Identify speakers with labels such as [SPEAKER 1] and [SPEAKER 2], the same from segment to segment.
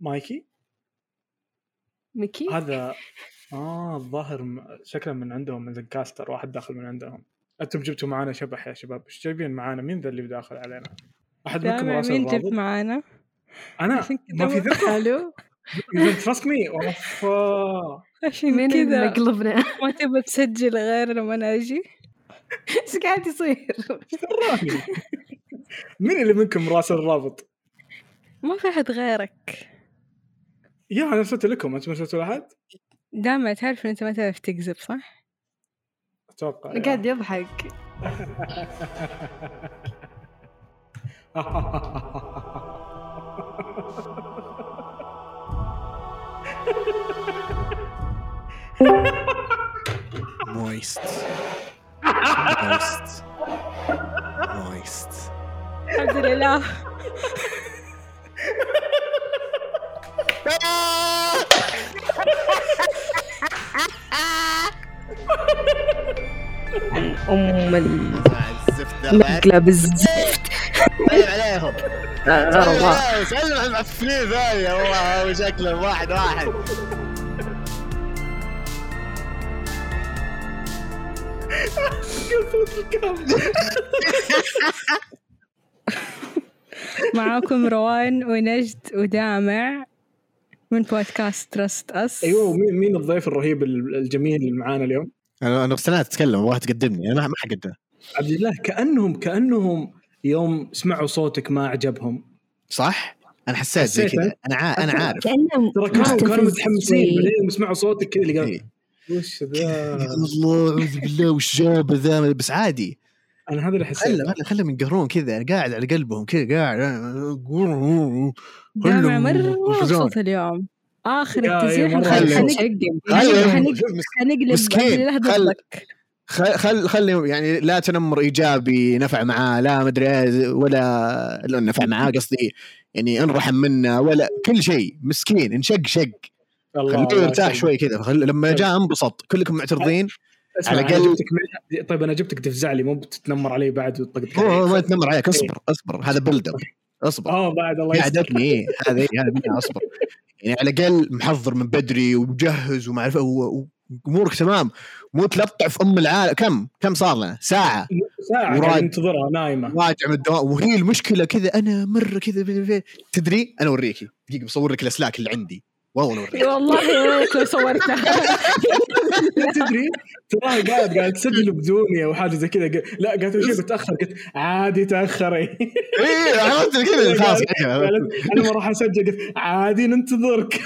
[SPEAKER 1] مايكي
[SPEAKER 2] ميكي
[SPEAKER 1] هذا الظاهر شكله من عندهم من زنكاستر، واحد داخل من عندهم. انتم جبتوا معانا شبح يا شباب، ايش جايبين معانا؟ مين ذا اللي بداخل علينا؟ احد منكم راسل
[SPEAKER 2] مين
[SPEAKER 1] الرابط؟
[SPEAKER 2] جبت معانا؟
[SPEAKER 1] انا ما في ثقه.
[SPEAKER 3] حلو
[SPEAKER 1] you trust me. اوف
[SPEAKER 2] عشان
[SPEAKER 3] من
[SPEAKER 2] كذا
[SPEAKER 3] مقلبنا
[SPEAKER 2] ما تبغى تسجل غير لما انا اجي.
[SPEAKER 3] ايش قاعد يصير؟
[SPEAKER 1] راني مين اللي منكم راسل الرابط؟
[SPEAKER 2] ما في أحد غيرك.
[SPEAKER 1] يا انا ارسلت لكم، انتم ارسلتوا لاحد؟
[SPEAKER 2] دائما تعرف ان انت ما تعرف تكذب صح؟
[SPEAKER 1] اتوقع
[SPEAKER 3] قاعد يضحك
[SPEAKER 4] مويست
[SPEAKER 2] الحمد لله.
[SPEAKER 3] مقلب الزفت
[SPEAKER 4] سلم عليهم
[SPEAKER 3] الله
[SPEAKER 4] سلم على المعفنين ذا والله شكلهم واحد
[SPEAKER 2] معاكم روان ونجد ودامع من بودكاست تراست أس.
[SPEAKER 1] ايوه مين الضيف الرهيب الجميل اللي معانا اليوم؟
[SPEAKER 4] انا استنيت اتكلم ابغاك تقدمني، انا ما حقدم.
[SPEAKER 1] عبد الله كانهم يوم سمعوا صوتك ما عجبهم
[SPEAKER 4] صح؟ انا حسيت زي كذا. انا عارف
[SPEAKER 1] ترى كانوا متحمسين، بعدين سمعوا صوتك كذا اللي قال
[SPEAKER 4] إيه.
[SPEAKER 1] وش ذا؟
[SPEAKER 4] الله اعوذ بالله وش جاب ذا، بس عادي.
[SPEAKER 1] انا هذا اللي حسيت.
[SPEAKER 4] خلهم ينقهرون كذا، قاعد على قلبهم كذا قاعد.
[SPEAKER 2] دامع مرة مبسوط اليوم. آخر التسجيل حنقلب
[SPEAKER 4] مسكين. خلي يعني لا تنمر إيجابي نفع معاه، لا مدري ولا نفع معاه، قصدي يعني انرحم منا ولا كل شيء. مسكين انشق خليه يرتاح شوي كذا. لما جاء انبسط. كلكم معترضين على قل.
[SPEAKER 1] طيب أنا جبتك تفزع لي، مو بتتنمر علي بعد وتطقطق.
[SPEAKER 4] ما تنمر عليك، اصبر هذا بلدر. اصبر
[SPEAKER 1] بعد الله
[SPEAKER 4] قعدتني هذا منها. اصبر يعني على الأقل محضر من بدري ومجهز وما أعرف أمورك تمام، مو تلطع في أم العالم. كم صار لنا ساعة
[SPEAKER 1] ننتظرها نايمة
[SPEAKER 4] راجع من الدوام. وهي المشكلة كذا، أنا مرة كذا تدري. أنا أوريكي دقيقة بصور لك الأسلاك اللي عندي، والله
[SPEAKER 2] لو صورتها
[SPEAKER 1] تدري ترى قاعد تسجل بدوني او حاجه زي كذا. لا قالت شيء بتاخر، قلت عادي تاخري.
[SPEAKER 4] ايه عرفت كذا خلاص.
[SPEAKER 1] انا ما راح اسجل، قلت عادي ننتظرك.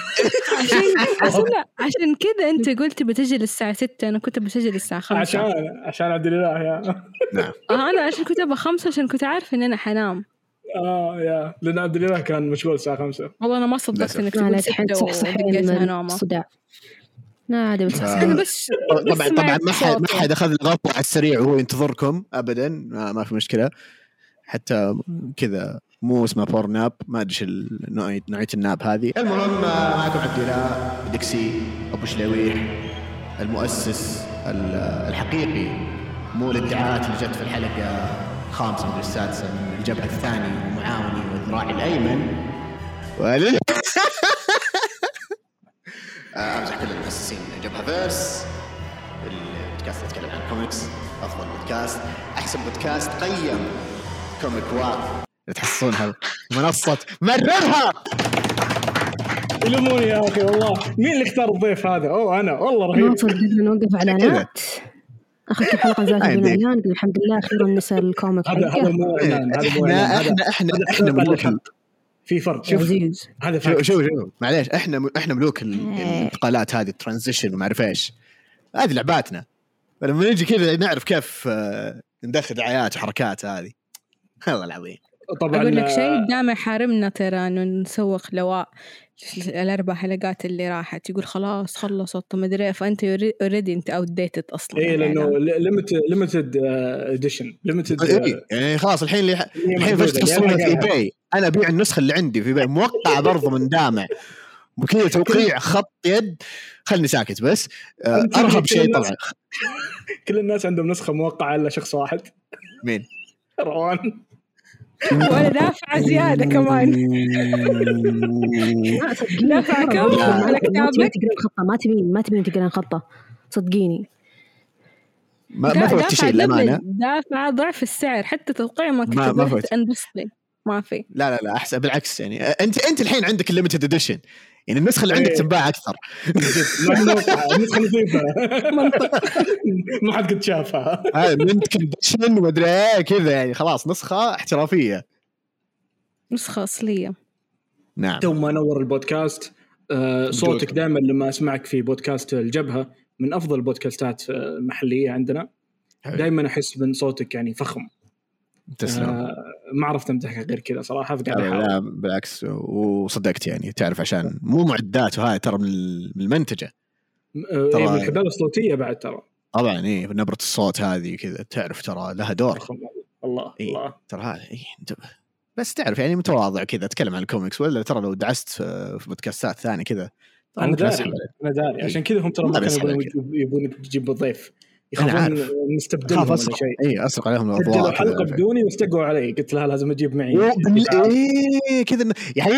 [SPEAKER 2] عشان كذا انت قلت بتسجل الساعه 6، انا كنت بسجل الساعه 5
[SPEAKER 1] عشان عبد الله. يا
[SPEAKER 4] نعم
[SPEAKER 2] انا عشان كنت ابغى 5 عشان كنت عارفه ان انا حنام.
[SPEAKER 1] يا لأن عبد الله كان مشغول الساعة 5.
[SPEAKER 2] والله أنا ما صدقت إنك تقول 6 ولقيتها نومة.
[SPEAKER 3] صداع. لا عادي
[SPEAKER 2] أنا بس
[SPEAKER 4] طبعا ما حد أخذ الغطاء على السريع وهو ينتظركم أبدا. ما في مشكلة. حتى كذا مو اسمه بورناب، ما أدري نوعية الناب هذه. المهم معكم عبد الله دكسي أبو شلويح، المؤسس الحقيقي، مو الادعاءات اللي جت في الحلقة 5 من 6 من الجبهة الثاني ومعاوني والذراع الأيمن أمزح كل المؤسسين جبهة فيرس، البودكاست يتكلم عن كوميكس، أفضل بودكاست، أحسن بودكاست قيم كوميك تحسونها منصة مررها.
[SPEAKER 1] يلوموني يا أخي والله. مين اللي اختار الضيف هذا؟ أنا والله رهيب.
[SPEAKER 3] ما صدق نوقف إعلانات. أخذت حلقة ذات بالإعلان، الحمد لله أخيرا نسى الكوميك.
[SPEAKER 1] هذا مو إعلان، إحنا ملوك. في فرق. شوف
[SPEAKER 4] معليش، إحنا ملوك الانتقالات هذه، الترانزيشن وما أعرف إيش. هذه لعباتنا. فلما نجي كذا نعرف كيف ندخل دعايات وحركات هذه. الله العظيم.
[SPEAKER 1] طبعا
[SPEAKER 2] أقول لك شيء، دام حارمنا ترى إنه نسوق لواء ال4 حلقات اللي راحت، يقول خلاص خلصت ما أدري، فأنت أوريدي أنت أوتديتد أصلاً.
[SPEAKER 1] إيه لأنه limited edition
[SPEAKER 4] يعني خلاص الحين فاش تحصلونها في eBay. أنا أبيع النسخة اللي عندي في eBay موقعة برضو من دامع وكذا توقيع خط يد. خلني ساكت بس. أرهب شيء طبعا
[SPEAKER 1] كل الناس عندهم نسخة موقعة إلا شخص واحد.
[SPEAKER 4] مين؟
[SPEAKER 1] روان.
[SPEAKER 2] ولا دافعة زيادة كمان. دافعة كم على كتابك؟
[SPEAKER 3] ما تبين تقرين خطة صدقيني.
[SPEAKER 4] ما فوت شيء للأمانة.
[SPEAKER 2] دافعة ضعف السعر، حتى توقيع ما كتبت أنبسطي ما في.
[SPEAKER 4] لا أحسن بالعكس يعني. أنت الحين عندك الليميتد إديشن، يعني النسخة اللي عندك تنباع أكثر.
[SPEAKER 1] النسخة نظيفة ما حد قد شافها.
[SPEAKER 4] منتك إديشن ومدري إيه كذا يعني، خلاص نسخة احترافية،
[SPEAKER 2] نسخة أصلية.
[SPEAKER 4] نعم.
[SPEAKER 1] تو ما نور البودكاست صوتك دائما لما أسمعك في بودكاست الجبهة من أفضل البودكاستات المحلية عندنا، دائما أحس من صوتك يعني فخم.
[SPEAKER 4] تسلم.
[SPEAKER 1] ما عرفت أمدحك غير كذا صراحة.
[SPEAKER 4] لا بالعكس، وصدقت يعني، تعرف عشان مو معدات وهاي ترى من المنتجة،
[SPEAKER 1] ترى من الكبالة الصوتية بعد ترى.
[SPEAKER 4] طبعا إيه نبرة الصوت هذه كذا تعرف ترى لها دور.
[SPEAKER 1] الله
[SPEAKER 4] إيه
[SPEAKER 1] الله
[SPEAKER 4] ترى هذا بس تعرف يعني متواضع كذا أتكلم عن الكوميكس، ولا ترى لو دعست في بودكاستات ثانية كذا
[SPEAKER 1] أنا داري عشان كذا هم ترى ما كانوا يبون تجيب ضيف، يخافون نستبدلهم ولا شيء.
[SPEAKER 4] اي اسرق عليهم الاضواء.
[SPEAKER 1] سجلوا حلقه بدوني واستقوا علي، قلت لها لازم اجيب معي
[SPEAKER 4] ايه كذا يعني.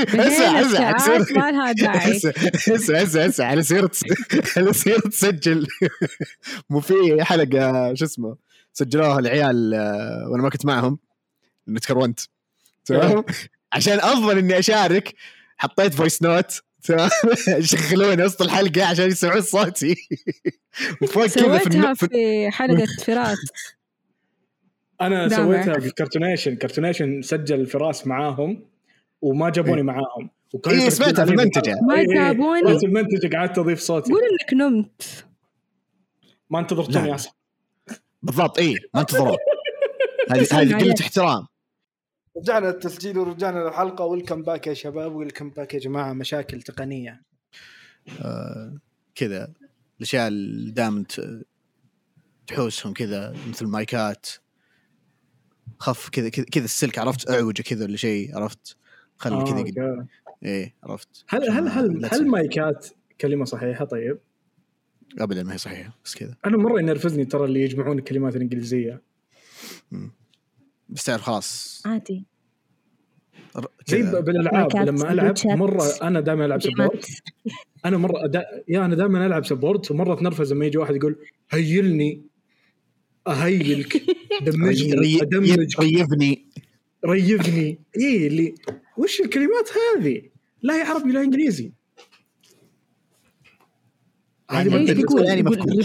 [SPEAKER 4] اسمع على سيرة تسجل مو في حلقه شو اسمه سجلوها العيال وانا ما كنت معهم نتكرونت تمام، عشان افضل اني اشارك حطيت فويس نوت شغلوني وسط الحلقة عشان يسمعون صوتي.
[SPEAKER 2] سويتها في حلقة فراس.
[SPEAKER 1] أنا سويتها في كرتونيشن سجل فراس معاهم وما جابوني معاهم.
[SPEAKER 4] إيه سمعتها في المنتجة
[SPEAKER 2] ما جابوني
[SPEAKER 1] في المنتجة، قعدت أضيف صوتي.
[SPEAKER 2] قول إنك نمت،
[SPEAKER 1] ما انتظرتني يا أسف.
[SPEAKER 4] بالضبط إيه ما انتظروا. هذه قلة احترام.
[SPEAKER 1] رجعنا التسجيل ورجعنا للحلقة. ويلكم باك يا شباب، ويلكم باك يا جماعة. مشاكل تقنية
[SPEAKER 4] كذا، الأشياء اللي دائما تحوسهم كذا مثل مايكات خف كذا السلك عرفت أعوجة كذا ولا شيء عرفت خلي كذا إيه عرفت.
[SPEAKER 1] هل مايكات كلمة صحيحة؟ طيب
[SPEAKER 4] أبدا ما هي صحيحة، بس كذا
[SPEAKER 1] أنا مرة ينرفزني ترى اللي يجمعون الكلمات الإنجليزية.
[SPEAKER 4] بس تعرف خلاص
[SPEAKER 3] عادي
[SPEAKER 1] زي بالألعاب لما ألعب مرة أنا دائما ألعب سبورت. أنا دائما ألعب سبورت، ومرة تنرفز لما يجي واحد يقول هيلني أهيلك دمجني أدمج ريفني إيه اللي وش الكلمات هذه؟ لا يا عربي لا إنجليزي.
[SPEAKER 3] هذه ما تقول يعني مفهوم.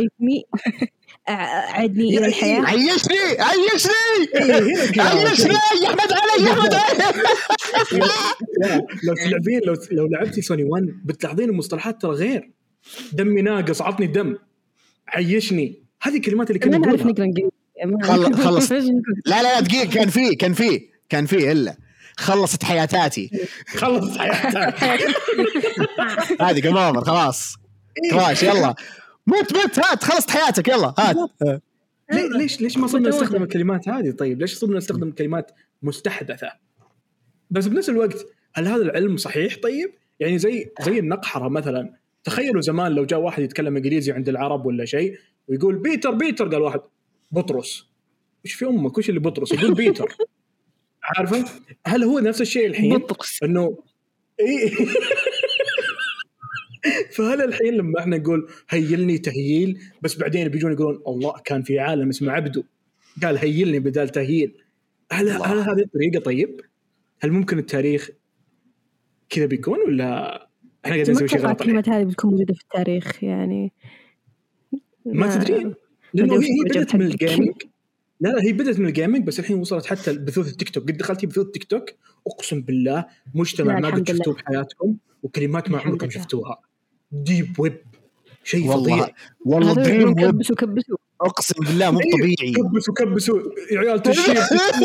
[SPEAKER 3] عدني إلى الحياة.
[SPEAKER 4] عيشني يا أحمد علي.
[SPEAKER 1] لو لعبتي سوني 1 بتلاحظين المصطلحات ترى غير. دمي ناقص، عطني الدم، عيشني، هذه كلمات اللي كنا
[SPEAKER 4] نقولها. خلص لا دقيقة، كان في إلا خلصت حياتاتي هذه كمان خلاص كراش يلا موت هات خلصت حياتك يلا هات.
[SPEAKER 1] ليش ما صرنا نستخدم الكلمات هذه؟ طيب ليش صرنا نستخدم كلمات مستحدثة؟ بس بنفس الوقت هل هذا العلم صحيح؟ طيب يعني زي النقحرة مثلا. تخيلوا زمان لو جاء واحد يتكلم إنجليزي عند العرب ولا شيء ويقول بيتر قال واحد بطرس، وش في أمك وش اللي بطرس؟ يقول بيتر. عارفة هل هو نفس الشيء الحين؟
[SPEAKER 2] بطرس
[SPEAKER 1] إنه إيه. فهل الحين لما احنا نقول هيلني تهييل بس بعدين بيجون يقولون الله كان في عالم اسمه عبده قال هيلني بدال تهييل، هل هذه الطريقة؟ طيب هل ممكن التاريخ كذا بيكون ولا احنا قاعدين نسوي شيء غلط؟
[SPEAKER 3] الكلمة هذه بتكون موجودة في التاريخ يعني
[SPEAKER 1] ما تدرين، لأنه هي بدأت من الجيمينج. لا هي بدأت من الجيمينج بس الحين وصلت حتى بثوث التيك توك. قد دخلتي بثوث تيك توك أقسم بالله مجتمع ما قد شفتوه بحياتكم وكلمات ما عمركم شفتوها. ديب ويب شيء فظيع
[SPEAKER 4] والله دريم ويب
[SPEAKER 3] كبسوا
[SPEAKER 4] أقسم بالله مو طبيعي.
[SPEAKER 1] كبسوا يا عيال تشير.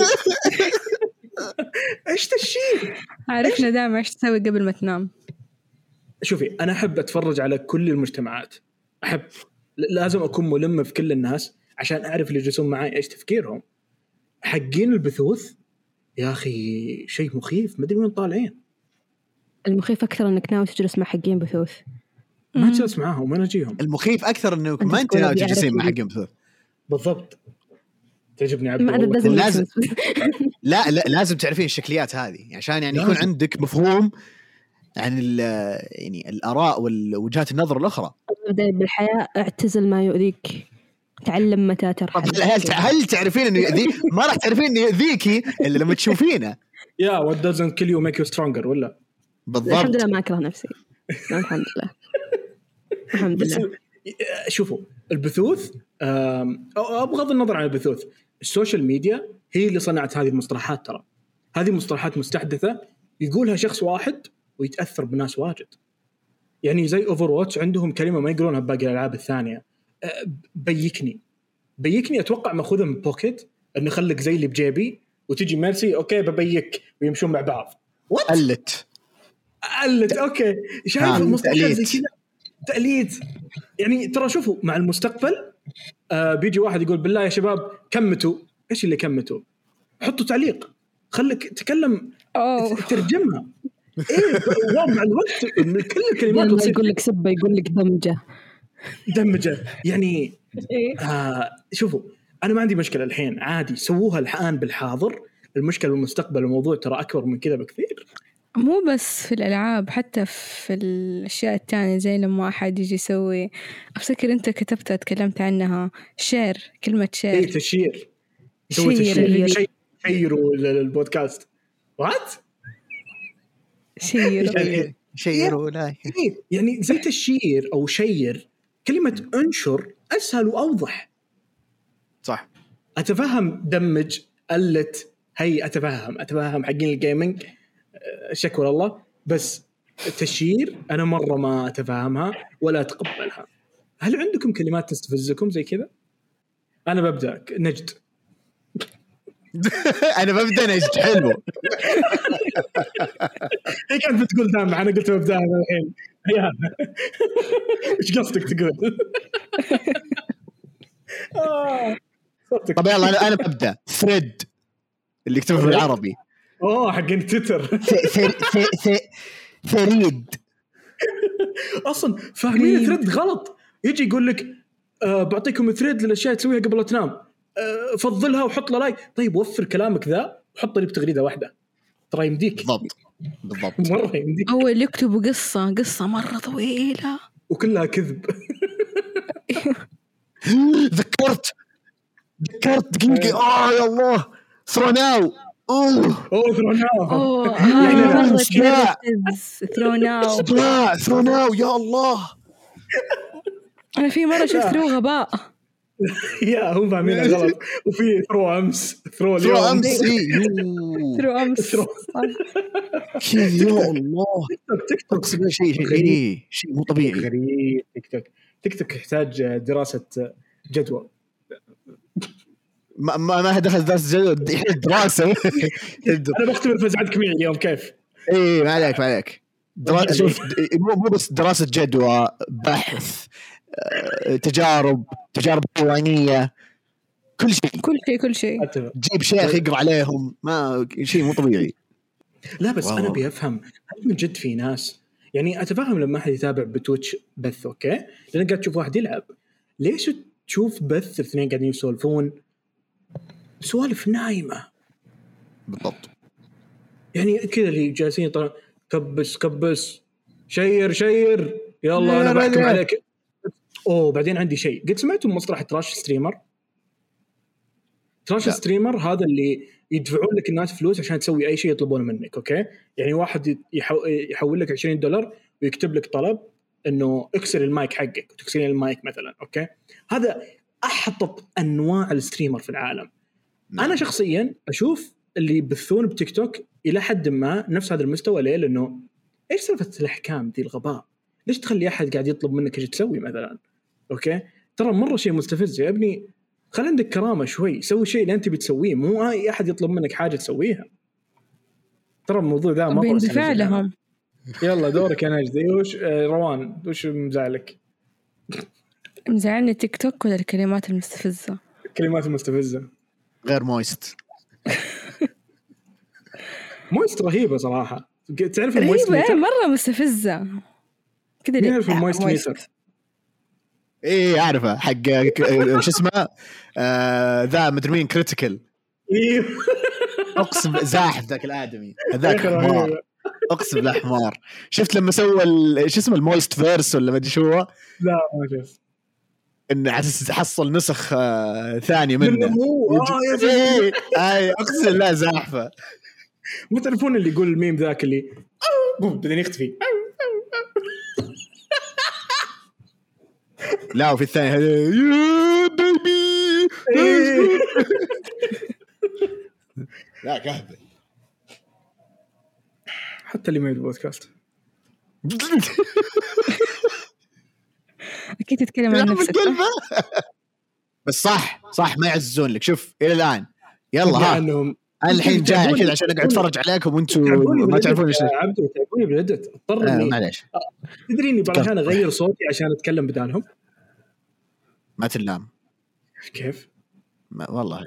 [SPEAKER 1] إيش تشير؟
[SPEAKER 2] عرفنا دائما إيش تسوي قبل ما تنام.
[SPEAKER 1] شوفي أنا أحب أتفرج على كل المجتمعات، أحب لازم أكون ملم في كل الناس عشان أعرف اللي يجلسون معي إيش تفكيرهم. حقين البثوث يا أخي شيء مخيف، ما أدري وين طالعين.
[SPEAKER 3] المخيف أكثر أنك ناوي تجلس مع حقين بثوث،
[SPEAKER 1] ما تجلس معاهم وين أجيهم.
[SPEAKER 4] المخيف أكثر أنك ما أنت ناوي تجلسين مع حقين بثوث.
[SPEAKER 1] بالضبط. تعجبني عبد
[SPEAKER 3] ما أنا
[SPEAKER 4] لازم لا لازم تعرفين الشكليات هذه عشان يعني يكون عندك مفهوم عن يعني الآراء والوجهات النظر الأخرى.
[SPEAKER 3] بالحياة اعتزل ما يؤذيك، تعلم متى ترحل.
[SPEAKER 4] هل تعرفين إنه يؤذي؟ ما راح تعرفين إنه يؤذيكي إلا لما تشوفينه.
[SPEAKER 1] يا what doesn't kill you make you stronger ولا؟
[SPEAKER 4] بالضبط.
[SPEAKER 3] الحمد لله ما أكره نفسي. الحمد لله. الحمد لله.
[SPEAKER 1] شوفوا البثوث بغض النظر عن البثوث، السوشيال ميديا هي اللي صنعت هذه المصطلحات. ترى هذه مصطلحات مستحدثة يقولها شخص واحد ويتأثر بناس واجد. يعني زي Overwatch عندهم كلمة ما يقولونها بباقي الألعاب الثانية، بيكني أتوقع مأخوذة من بوكيت، إنه خلك زي اللي بجيبي وتجي ميرسي أوكي ببيك ويمشون مع بعض.
[SPEAKER 4] قلت
[SPEAKER 1] أوكي شايف المصطلحات زي كذا تقليد. يعني ترى شوفوا مع المستقبل بيجي واحد يقول بالله يا شباب كمتوا. إيش اللي كمتوا؟ حطوا تعليق، خلك تكلم ترجمها. إيه مع الوقت كل الكلمات
[SPEAKER 3] تصير يقول لك سبة، يقول لك دمجة
[SPEAKER 1] يعني شوفوا أنا ما عندي مشكلة الحين عادي سووها الآن بالحاضر. المشكلة بالمستقبل الموضوع ترى أكبر من كذا بكثير.
[SPEAKER 2] مو بس في الألعاب، حتى في الأشياء التانية، زي لما أحد يجي يسوي، أفتكر أنت كتبتها تكلمت عنها، شير، كلمة شير.
[SPEAKER 1] إيه تشير. شيروا البودكاست. وات؟
[SPEAKER 4] شيروا لا.
[SPEAKER 1] يعني زي تشير أو شير، كلمة أنشر أسهل وأوضح.
[SPEAKER 4] صح.
[SPEAKER 1] أتفهم دمج قلت هي أتفهم حقين الجيمنج شكر الله، بس التشير أنا مرة ما أتفهمها ولا أتقبلها. هل عندكم كلمات تستفزكم زي كذا؟ أنا ببدأ نجد.
[SPEAKER 4] أنا ببدأ نجد. حلو.
[SPEAKER 1] هي كانت بتقول دام، أنا قلت ببدأ الحين. إيش قصدك تقول؟
[SPEAKER 4] طب يلا أنا ببدأ. ثريد اللي يكتبه بالعربي.
[SPEAKER 1] حقين تويتر.
[SPEAKER 4] ثريد.
[SPEAKER 1] أصلاً فاهمين ثريد غلط. يجي يقول لك بعطيكم ثريد للأشياء تسويها قبل لا تنام، فضلها وحط له لايك. طيب وفر كلامك ذا وحط لي بتغريدة واحدة، ترى يمديك.
[SPEAKER 4] بالضبط.
[SPEAKER 1] مرة يمديك.
[SPEAKER 2] أو اللي يكتبوا قصة مرة طويلة
[SPEAKER 1] وكلها كذب.
[SPEAKER 4] ذكرت دقيقة. يا الله ثروناو. ثروناو يا الله.
[SPEAKER 2] أنا في مرة شفت ثرو غباء.
[SPEAKER 1] يا هم فاهمين غلط. وفي ثرو أمس ثرو اليوم
[SPEAKER 2] ثرو أمس
[SPEAKER 4] يا الله. تيك توك شيء مو طبيعي
[SPEAKER 1] غريب. تيك توك يحتاج دراسة جدوى.
[SPEAKER 4] ما دخل دراسة.
[SPEAKER 1] أنا بختبر فزعة كمية اليوم كيف.
[SPEAKER 4] إيه ما عليك. شوف مو بس دراسة جدوى، بحث، تجارب حيوانية، كل شيء. جيب شيخ يقرأ عليهم، ما شيء مو طبيعي.
[SPEAKER 1] لا بس أنا بيفهم هل من جد في ناس، يعني أتفهم لما أحد يتابع بتويتش بث أوكي، لأنك قاعد تشوف واحد يلعب. ليش تشوف بث اثنين قاعدين يسولفون سوالف نايمة؟
[SPEAKER 4] بالضبط.
[SPEAKER 1] يعني كذا اللي جالسين كبس شير يلا أنا بحكم عليك. بعدين عندي شيء قد سمعتوا مصطلح تراش ستريمر؟ تراش ستريمر هذا اللي يدفعون لك الناس فلوس عشان تسوي أي شيء يطلبونه منك. أوكي يعني واحد يحول لك $20 ويكتب لك طلب إنه اكسر المايك حقك وتكسرين المايك مثلا. أوكي هذا أحطط أنواع الستريمر في العالم. أنا شخصيا أشوف اللي يبثون بتيك توك إلى حد ما نفس هذا المستوى. ليه؟ لأنه إيش سالفة الأحكام ذي الغباء؟ ليش تخلي أحد قاعد يطلب منك إيش تسوي مثلا؟ أوكي ترى مرة شيء مستفز يا ابني. خل عندك كرامة شوي، سوي شيء اللي أنت بتسويه، مو أي أحد يطلب منك حاجة تسويها. ترى الموضوع ذا مرة
[SPEAKER 2] بيندفع لهم.
[SPEAKER 1] يلا دورك يا نجدي. وش روان وش مزعلك؟
[SPEAKER 2] مزعلني تيك توك ولا الكلمات المستفزة؟
[SPEAKER 1] الكلمات المستفزة
[SPEAKER 4] غير مويست.
[SPEAKER 1] مويست رهيبة صراحة. تعرف
[SPEAKER 2] المويست ميتر؟ مرة مستفزة كذا.
[SPEAKER 1] مين يعرف المويست ميتر؟
[SPEAKER 4] ايه اعرفه حق شو اسمه ذا مدري مين كريتيكال.
[SPEAKER 1] ايوه
[SPEAKER 4] اقسم زاحف ذاك الادمي هذاك حمار، اقسم بالله حمار. شفت لما سوى شو اسمه المويست فيرس ولا ما ادري شو هو؟
[SPEAKER 1] لا ما شفت.
[SPEAKER 4] انه حصل نسخ ثاني منه. اي اقسم بالله زاحفه.
[SPEAKER 1] مو تعرفون اللي يقول الميم ذاك اللي بدنا يختفي؟
[SPEAKER 4] لا وفي الثاني هذا يا بيبي لا كهبه.
[SPEAKER 1] حتى اللي ما يدري بودكاست
[SPEAKER 2] أكيد تتكلم عن نفسك.
[SPEAKER 4] بس صح ما يعززون لك. شوف إلى الآن يلا ها
[SPEAKER 1] أنا
[SPEAKER 4] الحين جاي كذا عشان أقعد أتفرج عليكم وأنتم ما تعرفون إيش.
[SPEAKER 1] عبدو تعبوني بالعدد اضطر إني
[SPEAKER 4] معليش.
[SPEAKER 1] تدري إني بعشان أغير صوتي عشان أتكلم بدالهم.
[SPEAKER 4] ما تلام
[SPEAKER 1] كيف؟
[SPEAKER 4] والله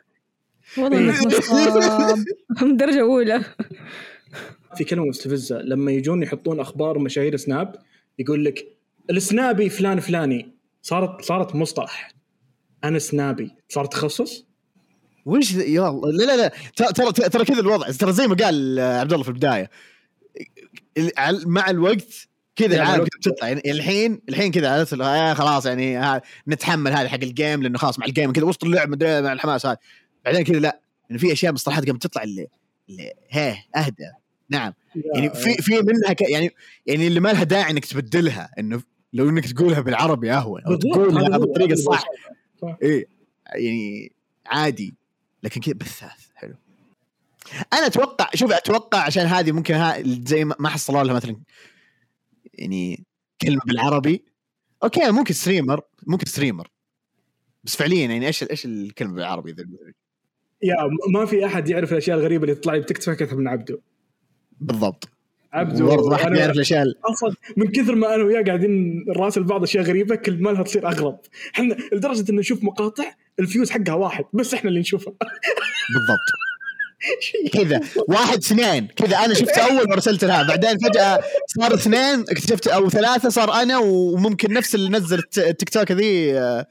[SPEAKER 2] نصاب من درجة أولى.
[SPEAKER 1] في كلمة مستفزة لما يجون يحطون أخبار مشاهير سناب يقول لك السنابي فلان فلاني. صارت مصطلح. أنا سنابي صارت تخصص.
[SPEAKER 4] وش يا الله لا ترى كذا الوضع. ترى زي ما قال عبد الله في البداية مع الوقت كذا العالم بتطلع. يعني الحين كذا خلاص يعني نتحمل هذا حق الجيم لأنه خلاص مع الجيم كذا وسط اللعب مدري مع الحماس هذا. بعدين كذا لا إن في أشياء مصطلحات قامت تطلع اللي أهدى. نعم يعني في منها يعني اللي ما لها داعي انك تبدلها. انه لو انك تقولها بالعربي اهون او تقولها بالطريقه الصح ايه يعني عادي. لكن كذا بثاث حلو. انا اتوقع عشان هذه ممكن زي ما حصلوا لها مثلا يعني كلمه بالعربي اوكي ممكن ستريمر بس فعليا يعني ايش الكلمه بالعربي ذا؟
[SPEAKER 1] يا ما في احد يعرف الاشياء الغريبه اللي تطلع لي بتيك توك اكثر من عبدو.
[SPEAKER 4] بالضبط
[SPEAKER 1] عبدو
[SPEAKER 4] واحد يعرف الاشياء
[SPEAKER 1] اصلا من كثر ما انا وياه قاعدين نراسل بعض اشياء غريبه كل ما لها تصير اغرب. احنا لدرجه ان نشوف مقاطع الفيوز حقها واحد بس احنا اللي نشوفها.
[SPEAKER 4] بالضبط كذا 1 2 كذا. انا شفت اول ورسلت لها بعدين فجاه صار 2 اكتشفت او 3 صار انا وممكن نفس اللي نزل التيك توك ذي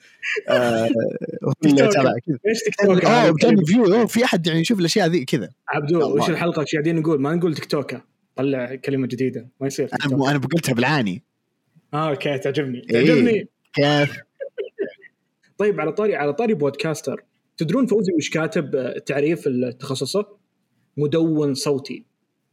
[SPEAKER 1] ايش تيك توك
[SPEAKER 4] كان فيو في احد يعني يشوف الاشياء ذي كذا.
[SPEAKER 1] عبدو وش الحلقه ايش قاعدين نقول؟ ما نقول تيك توك طلع كلمه جديده ما يصير.
[SPEAKER 4] انا قلتها بالعاني.
[SPEAKER 1] اوكي تعجبني
[SPEAKER 4] كيف.
[SPEAKER 1] طيب على طاري بودكاستر تدرون فوزي وش كاتب تعريف التخصصه؟ مدون صوتي.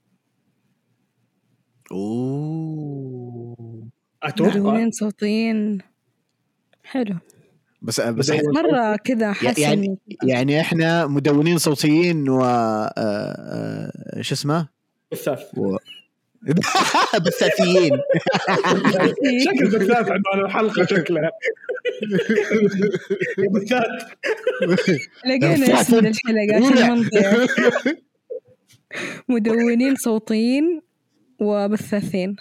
[SPEAKER 1] اتوقع
[SPEAKER 2] مدونين صوتيين حلو.
[SPEAKER 4] بس
[SPEAKER 2] مرة كذا حسن
[SPEAKER 4] يعني احنا مدونين صوتيين و شو اسمه
[SPEAKER 1] بثاث
[SPEAKER 4] بثاثيين.
[SPEAKER 1] شكل بثاث عندنا الحلقة شكلها بثاث.
[SPEAKER 2] لقينا اسم الحلقة في المنطقة مدونين صوتيين وبثاثين.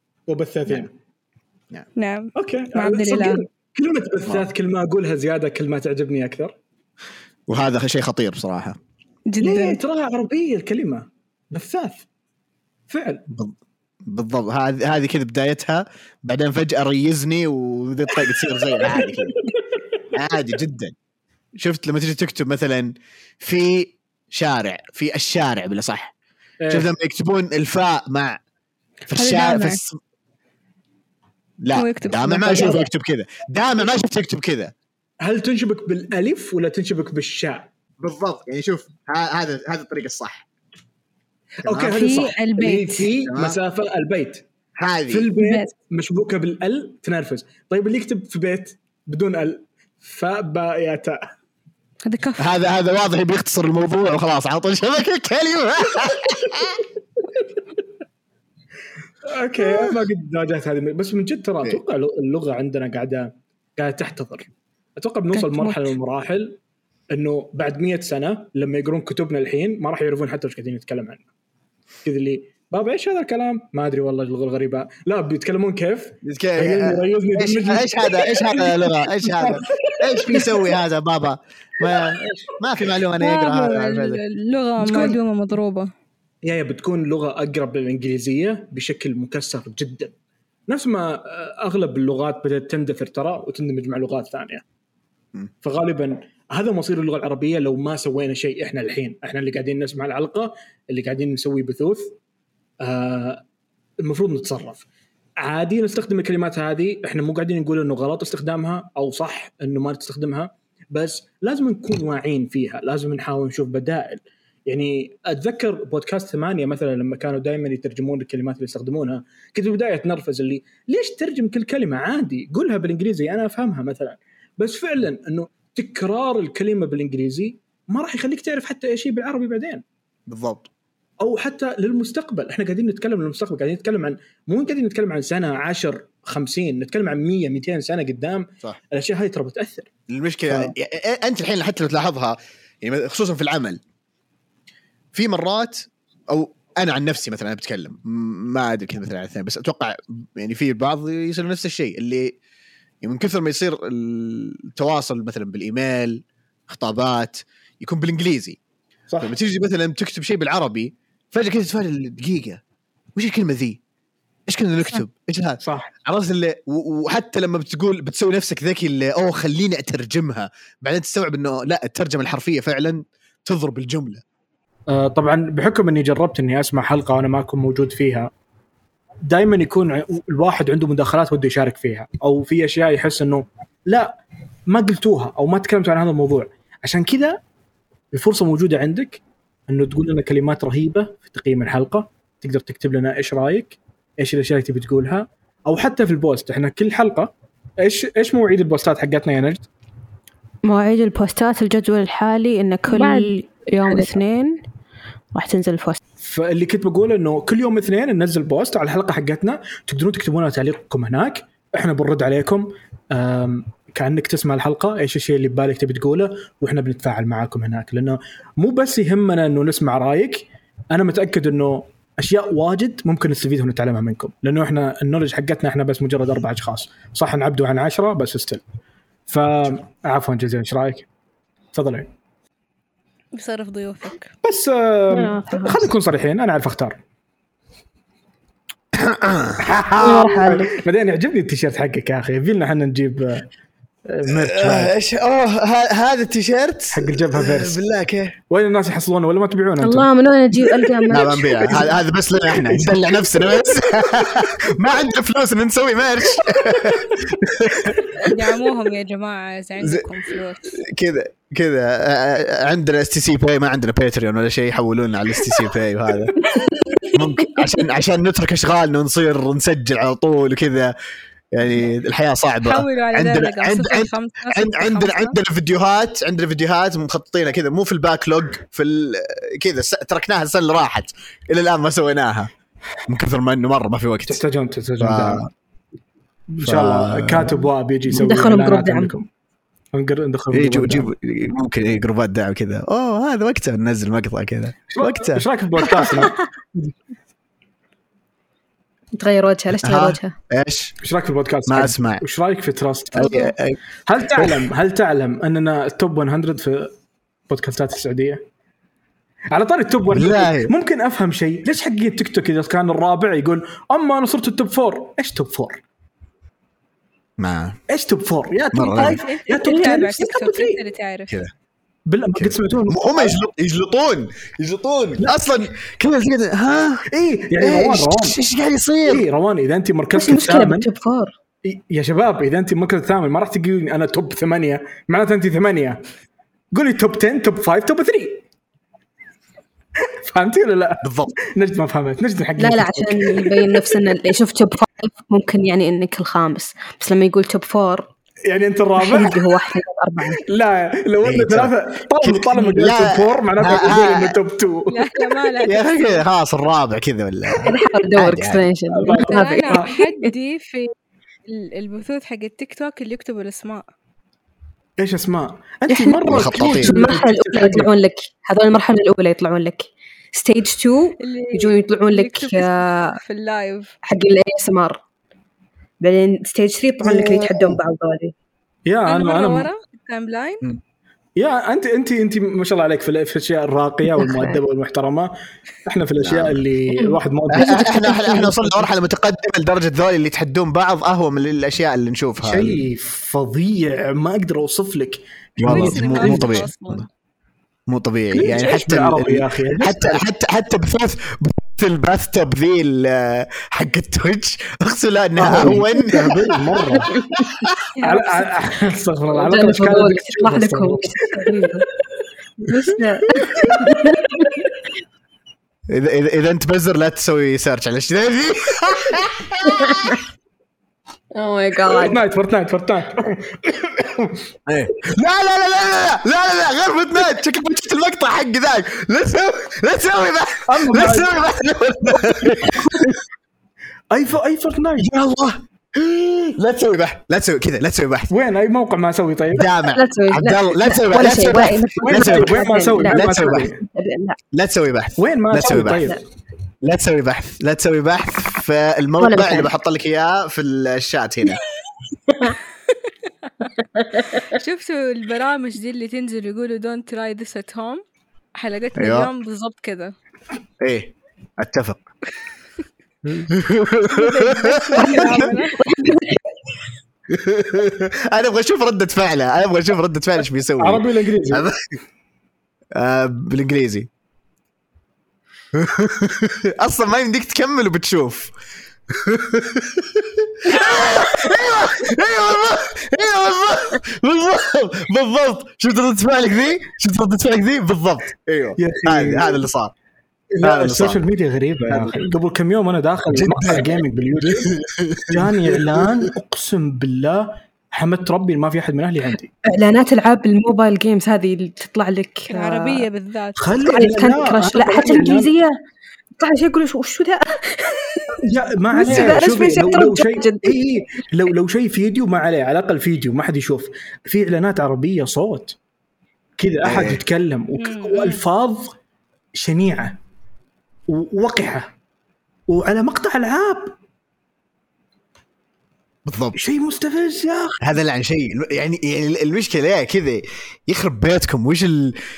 [SPEAKER 2] نعم
[SPEAKER 1] اوكي
[SPEAKER 2] مع عبد الإله.
[SPEAKER 1] كلمة بثاث كل ما أقولها زيادة كل ما تعجبني أكثر.
[SPEAKER 4] وهذا شيء خطير بصراحة
[SPEAKER 2] جدا.
[SPEAKER 1] تراها عربية الكلمة بثاث فعل.
[SPEAKER 4] بالضبط هذه كذا بدايتها بعدين فجأة ريزني وذي الطريقة تصير زي عادي كذا عادي جدا. شفت لما تيجي تكتب مثلا في شارع في الشارع بلا صح شفت لما يكتبون الفاء مع في الشارع لا دامع ما أشوف يكتب كذا. دامع ما شفت يكتب كذا.
[SPEAKER 1] هل تنشبك بالألف ولا تنشبك بالشاء؟
[SPEAKER 4] بالضبط يعني شوف هذا الطريقة الصح.
[SPEAKER 1] أوكي هذا صح.
[SPEAKER 2] البيت
[SPEAKER 1] في مسافة البيت
[SPEAKER 4] هذه
[SPEAKER 1] في البيت مشبوكة بالأل تنرفز. طيب اللي يكتب في بيت بدون ال فاء باء يا تاء
[SPEAKER 2] هذا كف.
[SPEAKER 4] هذا واضح بيختصر الموضوع وخلاص عطوا شبكة كلمة.
[SPEAKER 1] اوكي ما قد واجهت هذه بس من جد ترى اتوقع اللغه عندنا قاعده تحتضر. اتوقع بنوصل مرحله من المراحل انه بعد 100 سنه لما يقرون كتبنا الحين ما راح يعرفون حتى ايش قاعدين نتكلم عنه. كذا اللي بابا ايش هذا الكلام ما ادري والله اللغه الغريبه لا بيتكلمون كيف
[SPEAKER 4] ايش هذا لغه ايش هذا ايش بيسوي هذا بابا ما في معلومه انا يقرا
[SPEAKER 2] اللغه معدومه مضروبه.
[SPEAKER 1] يا بتكون لغة أقرب للإنجليزية بشكل مكثف جدا. نفس ما اغلب اللغات بدات تندثر ترى وتندمج مع لغات ثانيه. فغالبا هذا مصير اللغه العربيه لو ما سوينا شيء احنا الحين، احنا اللي قاعدين نسمع الحلقه، اللي قاعدين نسوي بثوث، المفروض نتصرف عادي، نستخدم الكلمات هذه. احنا مو قاعدين نقول انه غلط استخدامها او صح انه ما تستخدمها، بس لازم نكون واعين فيها، لازم نحاول نشوف بدائل. يعني اتذكر بودكاست 8 مثلا لما كانوا دائما يترجمون الكلمات اللي يستخدمونها، كنت بدايه نرفز اللي ليش ترجم كل كلمه؟ عادي قولها بالانجليزي انا افهمها مثلا. بس فعلا انه تكرار الكلمه بالانجليزي ما راح يخليك تعرف حتى اي شيء بالعربي بعدين.
[SPEAKER 4] بالضبط.
[SPEAKER 1] او حتى للمستقبل، احنا قاعدين نتكلم للمستقبل، قاعدين نتكلم عن مو قاعدين نتكلم عن سنه 10 50، نتكلم عن 100 200 سنه قدام.
[SPEAKER 4] صح.
[SPEAKER 1] الاشياء هاي ترى بتاثر.
[SPEAKER 4] المشكله انت الحين حتى لو تلاحظها يعني خصوصا في العمل، في مرات او انا عن نفسي مثلا انا بتكلم ما ادري كذا مثلا على الاثنين، بس اتوقع يعني في البعض يصير نفس الشيء، اللي يعني من كثر ما يصير التواصل مثلا بالايميل خطابات يكون بالانجليزي، صح. لما تيجي مثلا تكتب شيء بالعربي فجاه كذا تفعل دقيقه وش الكلمه ذي، ايش كنا نكتب، ايش هذا، صح. عرفت اللي وحتى لما بتقول بتسوي نفسك ذكي اللي اوه خليني اترجمها، بعدين تستوعب انه لا الترجمه الحرفيه فعلا تضرب الجمله.
[SPEAKER 1] طبعا بحكم اني جربت اني اسمع حلقه وانا ما اكون موجود فيها، دائما يكون الواحد عنده مداخلات وده يشارك فيها، او في اشياء يحس انه لا ما قلتوها او ما تكلمتوا عن هذا الموضوع. عشان كذا الفرصه موجوده عندك انه تقول لنا كلمات رهيبه في تقييم الحلقه، تقدر تكتب لنا ايش رايك، ايش الاشياء اللي تبي تقولها، او حتى في البوست. احنا كل حلقه ايش مواعيد البوستات حقتنا يا نجد؟
[SPEAKER 3] مواعيد البوستات الجدول الحالي انه كل يوم اثنين راح تنزل البوست.
[SPEAKER 1] فاللي كنت بقول انه كل يوم اثنين ننزل بوست على الحلقه حقتنا، تقدرون تكتبون لنا تعليقكم هناك، احنا بنرد عليكم كأنك تسمع الحلقه، ايش الشيء اللي ببالك تبي تقوله واحنا بنتفاعل معاكم هناك. لانه مو بس يهمنا انه نسمع رايك، انا متاكد انه اشياء واجد ممكن نستفيدها ونتعلمها منكم، لانه احنا النولج حقتنا احنا بس مجرد 4 اشخاص، صح نعبدوا عن 10 بس استل. فعفوا جزيلا، ايش رايك؟ تفضلي.
[SPEAKER 2] بصرف ضيوفك
[SPEAKER 1] بس خلينا نكون صريحين، انا اعرف اختار. بعدين يعجبني التيشيرت حقك يا اخي، يبيلنا احنا نجيب
[SPEAKER 4] ايش هذا التيشيرت
[SPEAKER 1] حق الجبهه فيرس
[SPEAKER 4] بالله كيف
[SPEAKER 1] وين الناس يحصلونه ولا ما تبيعونه انتم؟
[SPEAKER 3] الله من وين اجيب القى
[SPEAKER 4] لا نبيع هذا بس لنا احنا ندلع نفسنا بس ما عندنا فلوس ان نسوي ميرش.
[SPEAKER 2] دعموهم يا جماعه اذا عندكم فلوس
[SPEAKER 4] كذا عندنا STC Pay، ما عندنا باتريون ولا شيء، يحولونا على STC Pay وهذا ممكن عشان نترك اشغالنا ونصير نسجل على طول وكذا. يعني الحياة صعبة. عندنا فيديوهات مخططينها كذا، مو في الباكلوج، في كذا تركناها السنة اللي راحت إلى الآن ما سويناها من كثر ما إنه مرة ما في وقت.
[SPEAKER 1] تحتاجون إن شاء الله كاتب واب يجي يسوي
[SPEAKER 3] ندخلهم جروب دعم،
[SPEAKER 4] يجيب ممكن جروبات دعم كذا. هذا وقته ننزل مقطع كذا. وقته.
[SPEAKER 1] إيش رأيك في بودكاستنا؟
[SPEAKER 3] تغير وجهها. ليش تغير وجهها؟
[SPEAKER 1] ايش رايك في البودكاست؟
[SPEAKER 4] ما اسمع.
[SPEAKER 1] وش رايك في تراست؟ هل تعلم اننا التوب 100 في بودكاستات السعوديه؟ على طاري التوب 100 ممكن افهم شيء، ليش حقيقة تيك توك اذا كان الرابع يقول اما انا صرت التوب 4؟ ايش توب 4؟
[SPEAKER 4] ما
[SPEAKER 1] ايش توب 4 يا توب 5 يا توب 10
[SPEAKER 2] يا توب 3 اللي تعرف
[SPEAKER 4] كذا
[SPEAKER 1] بالله. ما قد سمعتون
[SPEAKER 4] هم يجلطون اصلا كذا ها
[SPEAKER 1] ايه يعني روان
[SPEAKER 4] ايش قاعد يصير؟
[SPEAKER 1] ايه روان اذا انت مركزك الثامن يا شباب، اذا انت مركز الثامن ما راح تقولي انا توب 8، معناته انت 8. قولي توب 10 توب 5 توب 3. فهمتي ولا لا؟
[SPEAKER 4] بالضبط.
[SPEAKER 1] نجد ما فهمت. نجد حق
[SPEAKER 3] لا عشان يبين نفسنا اللي يشوف توب 5 ممكن يعني انك الخامس، بس لما يقول توب 4
[SPEAKER 1] يعني انت الرابع
[SPEAKER 3] هو 1 4.
[SPEAKER 1] لا لو انه 3 طالما قلت توب 4 معناته يقول انه توب 2.
[SPEAKER 2] لا
[SPEAKER 4] يا اخي خلاص الرابع كذا ولا
[SPEAKER 3] انا حاول ادور اكسبلينشن.
[SPEAKER 2] انا حدي في البثوث حق التيك توك اللي يكتبوا الاسماء.
[SPEAKER 1] ايش اسماء؟ انت مره
[SPEAKER 3] المرحله الاولى يطلعون لك، هذول المرحله الاولى يطلعون لك، ستيج 2 يجون يطلعون لك
[SPEAKER 2] في اللايف
[SPEAKER 3] حق الASMR، بعدين ستيج 3 يطلعون لك اللي يتحدون بعض. هذه
[SPEAKER 1] يا انا
[SPEAKER 2] ورا التايم لاين
[SPEAKER 1] يا انت ما شاء الله عليك في الاشياء الراقيه والمؤدبه والمحترمه. احنا في الاشياء اللي الواحد ما
[SPEAKER 4] احنا وصلنا مرحله متقدمه لدرجه ذول اللي يتحدون بعض اهوى من الاشياء اللي نشوفها.
[SPEAKER 1] شيء فظيع ما اقدر اوصف لك.
[SPEAKER 4] مو طبيعي مو طبيعي يعني. حتى
[SPEAKER 1] يا اخي
[SPEAKER 4] حتى بثوث الباث توب ذي حق التويتش اقسم لا انها اهون
[SPEAKER 1] مره. استغفر الله على
[SPEAKER 3] اطلع لكم بس لا.
[SPEAKER 4] اذا انت بزر لا تسوي سيرش على الاشياء ذي.
[SPEAKER 3] او ماي جاد
[SPEAKER 1] فورتنايت
[SPEAKER 4] لا غير فورتنايت. شكلك شفت المقطع حق ذاك. لا تسوي
[SPEAKER 1] اي فورتنايت
[SPEAKER 4] يا الله. لا تسوي بحث. لا تسوي كذا. لا تسوي بحث.
[SPEAKER 1] وين اي موقع ما اسوي؟ طيب
[SPEAKER 4] جامع عبد الله لا تسوي بحث.
[SPEAKER 1] وين ما اسوي؟ طيب
[SPEAKER 4] لا تسوي بحث في الموقع اللي بحط لك اياه في الشات هنا.
[SPEAKER 2] شفتوا البرامج دي اللي تنزل يقولوا don't try this at home؟ حلقتنا اليوم بالضبط كده.
[SPEAKER 4] ايه اتفق. انا ابغى اشوف ردة فعله. ايش بيسوي.
[SPEAKER 1] عربي ولا انجليزي؟
[SPEAKER 4] بالانجليزي. اصلا ما يمديك تكمل وبتشوف. بالضبط. شفت ردة فعلك ذي بالضبط. ايوه هذا اللي صار.
[SPEAKER 1] لا السوشيال ميديا غريبة يا أخي. قبل كم يوم أنا داخل مقطع جيمنج باليوتيوب جاني إعلان أقسم بالله حمدت ربي ما في أحد من أهلي عندي.
[SPEAKER 3] إعلانات ألعاب الموبايل جيمز هذه اللي تطلع لك
[SPEAKER 2] العربية بالذات.
[SPEAKER 3] لا حتى الإنجليزية طلع شيء يقول شو ذا.
[SPEAKER 1] ما عليه. لو شيء فيديو ما عليه، على الأقل فيديو ما حد يشوف. في إعلانات عربية صوت كذا أحد يتكلم وألفاظ شنيعة ووقحة وعلى مقطع ألعاب.
[SPEAKER 4] بالضبط
[SPEAKER 1] شيء مستفز يا أخي.
[SPEAKER 4] هذا لعن شيء يعني المشكلة يا كذا يخرب بيتكم. وش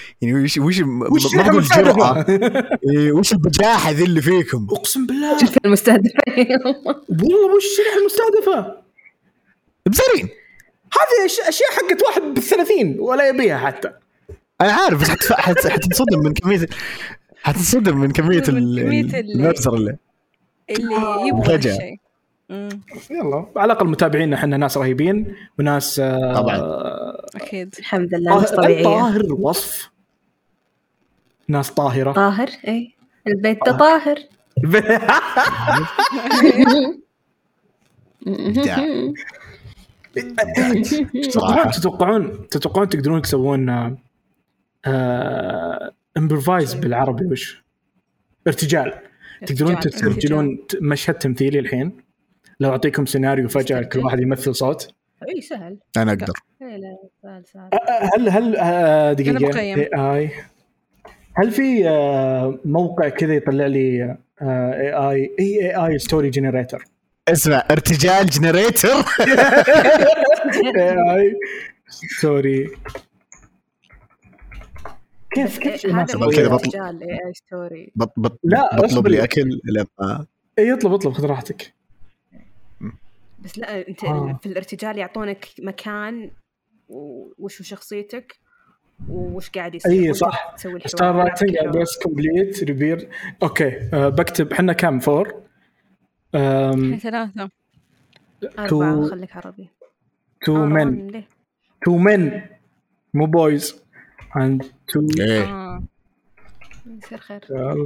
[SPEAKER 4] ما الجرأة وش البجاحة ذي اللي فيكم.
[SPEAKER 1] أقسم بالله
[SPEAKER 3] شوف المستهدفة
[SPEAKER 1] والله وش الشريحة المستهدفة
[SPEAKER 4] بزرين.
[SPEAKER 1] هذه أشياء حقت واحد ب30 ولا يبيها حتى.
[SPEAKER 4] أنا عارف بس حتنصدم من كمية المبزر اللي
[SPEAKER 2] يبغى الشيء.
[SPEAKER 1] يلا على الأقل متابعينا احنا ناس رهيبين وناس
[SPEAKER 4] طبعا
[SPEAKER 3] أكيد الحمد لله مش طبيعية.
[SPEAKER 1] طاهر الوصف ناس طاهرة.
[SPEAKER 3] طاهر ايه البيت ده طاهر.
[SPEAKER 1] تتوقعون تقدرون تسوون امبروفايز بالعربي؟ وش ارتجال تقدرون تسجلون مشهد تمثيلي الحين لو أعطيكم سيناريو فجأة كل واحد يمثل صوت؟
[SPEAKER 3] اي سهل.
[SPEAKER 4] انا اقدر.
[SPEAKER 1] هل دقيقة AI هل في موقع كذا يطلع لي AI ستوري جنريتر؟
[SPEAKER 4] اسمع ارتجال جنريتر.
[SPEAKER 1] AI ستوري كيف
[SPEAKER 3] هذا ارتجال AI ستوري.
[SPEAKER 1] لا
[SPEAKER 4] بطلب لي اكل لما
[SPEAKER 1] يطلب خذ راحتك.
[SPEAKER 3] بس لا انت في الارتجال يعطونك مكان وش شخصيتك وش قاعد يصير.
[SPEAKER 1] اي صح. ستار رايتنج ادرس كومبليت ريبير. اوكي بكتب احنا كم 4
[SPEAKER 2] 3
[SPEAKER 3] 4 خليك عربي.
[SPEAKER 1] 2 men مو boys and 2
[SPEAKER 3] يصير خير.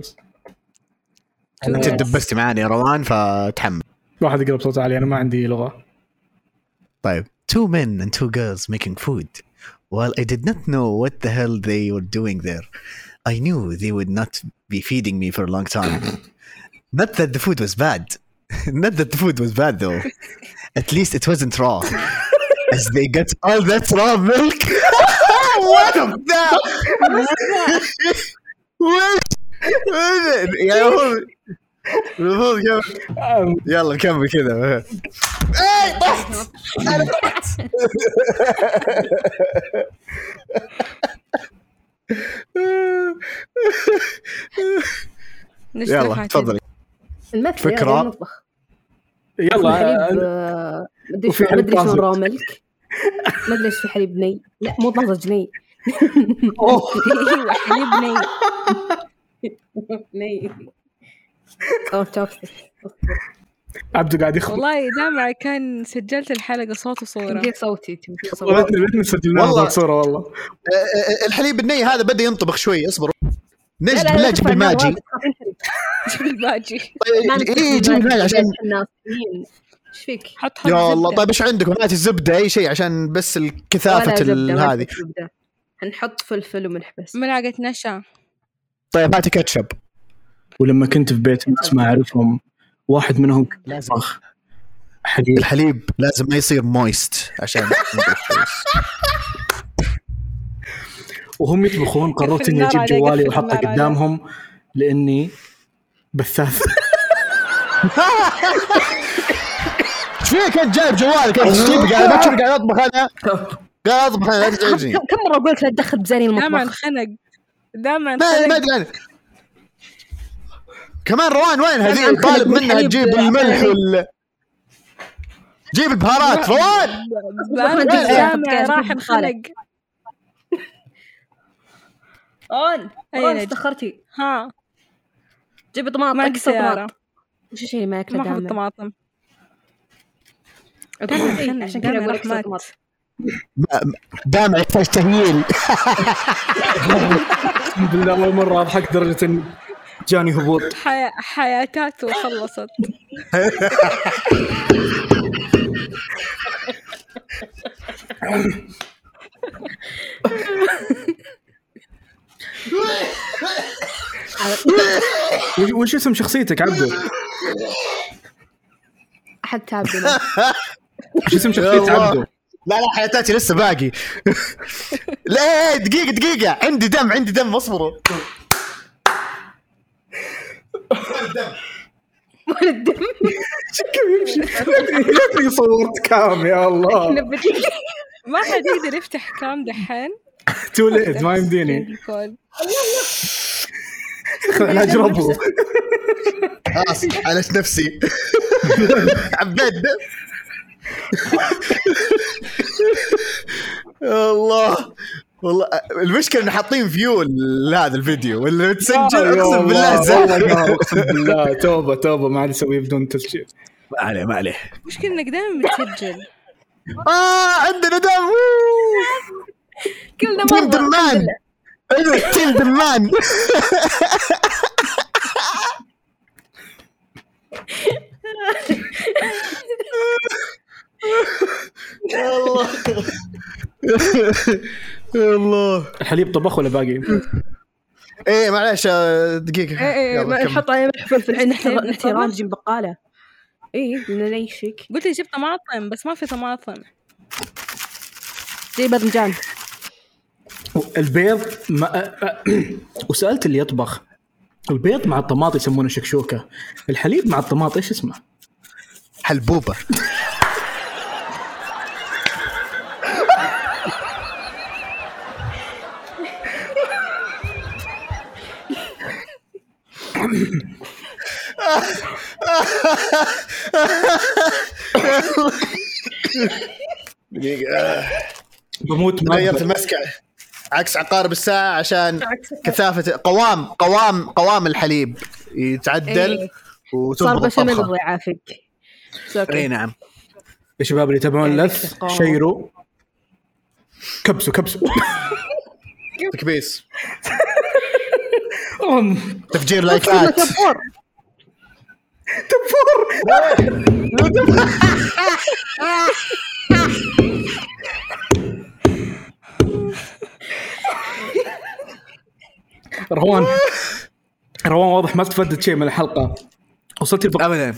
[SPEAKER 4] انت دبست معاني يا روان فتحمل.
[SPEAKER 1] واحد يقرب صوت عالي أنا ما عندي لغة.
[SPEAKER 4] طيب 2 men and 2 girls making food. Well, I did not know what the hell they were doing there. I knew they would not be feeding me for a long time. Not that the food was bad. Not that the food was bad though. At least it wasn't raw. As they got all that raw milk. What the? What? يلا نكمل كذا. اي طحت انا طحت. يلا تفضلي.
[SPEAKER 3] فكرة نطبخ.
[SPEAKER 1] يلا
[SPEAKER 3] مدري شلون راملك، ما ادري ايش في حليب ني. لا مو طازج ني. حليب ني.
[SPEAKER 1] عبدو قاعد يخبط.
[SPEAKER 2] والله دامع كان سجلت الحلقة صوت وصورة.
[SPEAKER 3] بدي صوتي
[SPEAKER 1] بدنا سجلناها صورة. والله
[SPEAKER 4] الحليب الني هذا بدأ ينطبخ شوي. اصبروا نجد بالله جيب الماجي.
[SPEAKER 2] جيب الماجي.
[SPEAKER 4] جيب الماجي عشان
[SPEAKER 3] ايش فيك؟
[SPEAKER 2] حط
[SPEAKER 4] يا الله. طيب ايش عندكم؟ ناتي الزبدة اي شيء عشان بس الكثافة هذه.
[SPEAKER 3] هنحط فلفل وملح بس.
[SPEAKER 2] ملعقة نشا.
[SPEAKER 4] طيب هاتي كاتشب.
[SPEAKER 1] ولما كنت في بيت ناس ما أعرفهم واحد منهم لازم
[SPEAKER 4] الحليب لازم ما يصير مويست عشان
[SPEAKER 1] وهم يطبخون قررت اني اجيب جوالي واحطه قدامهم لاني بثاث.
[SPEAKER 4] شويه كنت جايب جوالي كنت تجيب قاعد اطبخ انا لا تزعجني.
[SPEAKER 3] كم مره اقول لك لا تدخل بزاني المطبخ.
[SPEAKER 2] دائما
[SPEAKER 4] ما ادري كمان. روان وين هذه؟ طالب منها تجيب الملح جيب البهارات. روان
[SPEAKER 2] راح نخلق
[SPEAKER 3] روان تأخرتي.
[SPEAKER 2] ها
[SPEAKER 3] جيبي طماطم.
[SPEAKER 2] طماطم.
[SPEAKER 3] وش الشيء ما أكله دائما؟
[SPEAKER 2] طماطم.
[SPEAKER 3] عشان كذا أقول لك طماطم.
[SPEAKER 4] دامع يحتاج تهييل.
[SPEAKER 1] بالله أول مرة أضحك درجة إن جاني هبوط.
[SPEAKER 2] حياتات وخلصت.
[SPEAKER 1] وش اسم شخصيتك عبدو؟
[SPEAKER 3] أحد تابعنا.
[SPEAKER 1] وش اسم شخصية عبدو؟
[SPEAKER 4] لا حياتاتي لسه باقي. لا دقيقة عندي دم اصبروا.
[SPEAKER 3] الدم
[SPEAKER 1] كيف يمشي؟ يا صورت كام يا الله.
[SPEAKER 2] ما حد يقدر يفتح كام دحين.
[SPEAKER 1] تولد ما يمديني. خلنا أجربه.
[SPEAKER 4] على نفسي. عبيت دم. الله والله المشكلة إن حاطين فيو لهذا الفيديو ولا تسجل. أقسم
[SPEAKER 1] بالله توبة ما عاد أسويه بدون تسجيل.
[SPEAKER 4] ما عليه.
[SPEAKER 2] مشكلة إنك دائما بتسجل.
[SPEAKER 4] عندنا دم.
[SPEAKER 3] كلنا
[SPEAKER 4] تيم دمان. أيوة تيم دمان. الله.
[SPEAKER 1] الحليب طبخ ولا باقي؟
[SPEAKER 4] ايه معلش دقيقة.
[SPEAKER 3] ايه نحط عليه ملح فلفل. الحين نحتي نجيب بقالة. ايه بدنا نيشك.
[SPEAKER 2] قلت لي جيب طماطم بس ما في طماطم.
[SPEAKER 3] جيب باذنجان.
[SPEAKER 1] البيض وسألت اللي يطبخ البيض مع الطماط يسمونه شكشوكة. الحليب مع الطماط ايش اسمه؟
[SPEAKER 4] حلبوبة.
[SPEAKER 1] بموت.
[SPEAKER 4] غيرت المسكة عكس عقارب الساعة عشان كثافة قوام الحليب يتعدل
[SPEAKER 3] صار بشاميل الله يعافيك.
[SPEAKER 4] اي نعم
[SPEAKER 1] يا شباب اللي يتابعون اللث شيروا كبسوا
[SPEAKER 4] تكبيس. تفجير لايكات.
[SPEAKER 1] تبور. روان واضح ما استفدت شيء من الحلقة. وصلت
[SPEAKER 4] أبدا.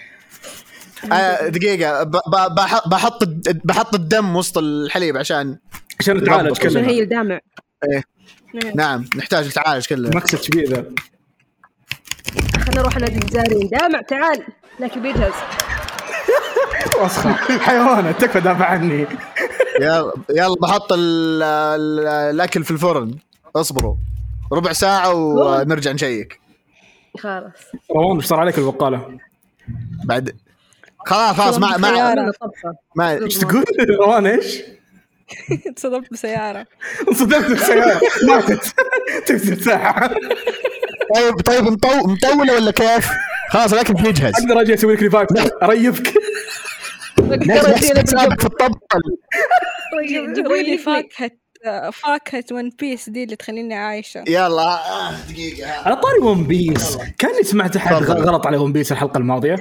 [SPEAKER 4] دقيقة بحط الدم وسط الحليب عشان
[SPEAKER 1] نتعالج كلنا.
[SPEAKER 3] عشان هي الدامع.
[SPEAKER 4] إيه. نعم نحتاج نتعالج كلنا.
[SPEAKER 1] مكسب كبير ذا.
[SPEAKER 5] خلنا نروح نادي الجزائريين. دامع تعال لكن بيجهز
[SPEAKER 1] وسخة حيوانة تكفى دافع عني.
[SPEAKER 4] يلا بحط الأكل في الفرن، اصبروا ربع ساعة ونرجع نشيك.
[SPEAKER 5] خلاص
[SPEAKER 1] روان بصر عليك البقالة
[SPEAKER 4] بعد خلاص ما
[SPEAKER 1] ايش تقول روان؟ ايش
[SPEAKER 2] تصدمت بسيارة
[SPEAKER 1] ماتت تكسر ساعة.
[SPEAKER 4] طيب مطولة ولا كيف؟ خلاص لكن بيجهز.
[SPEAKER 1] اقدر اجي اسوي لك ريفايف اريبك
[SPEAKER 4] نحسابك في الطبل.
[SPEAKER 2] جيبوا لي فاكهة ون بيس دي اللي تخليني عايشة.
[SPEAKER 4] يلا دقيقة.
[SPEAKER 1] على طاري ون بيس، كان سمعت أحد غلط على ون بيس الحلقة الماضية؟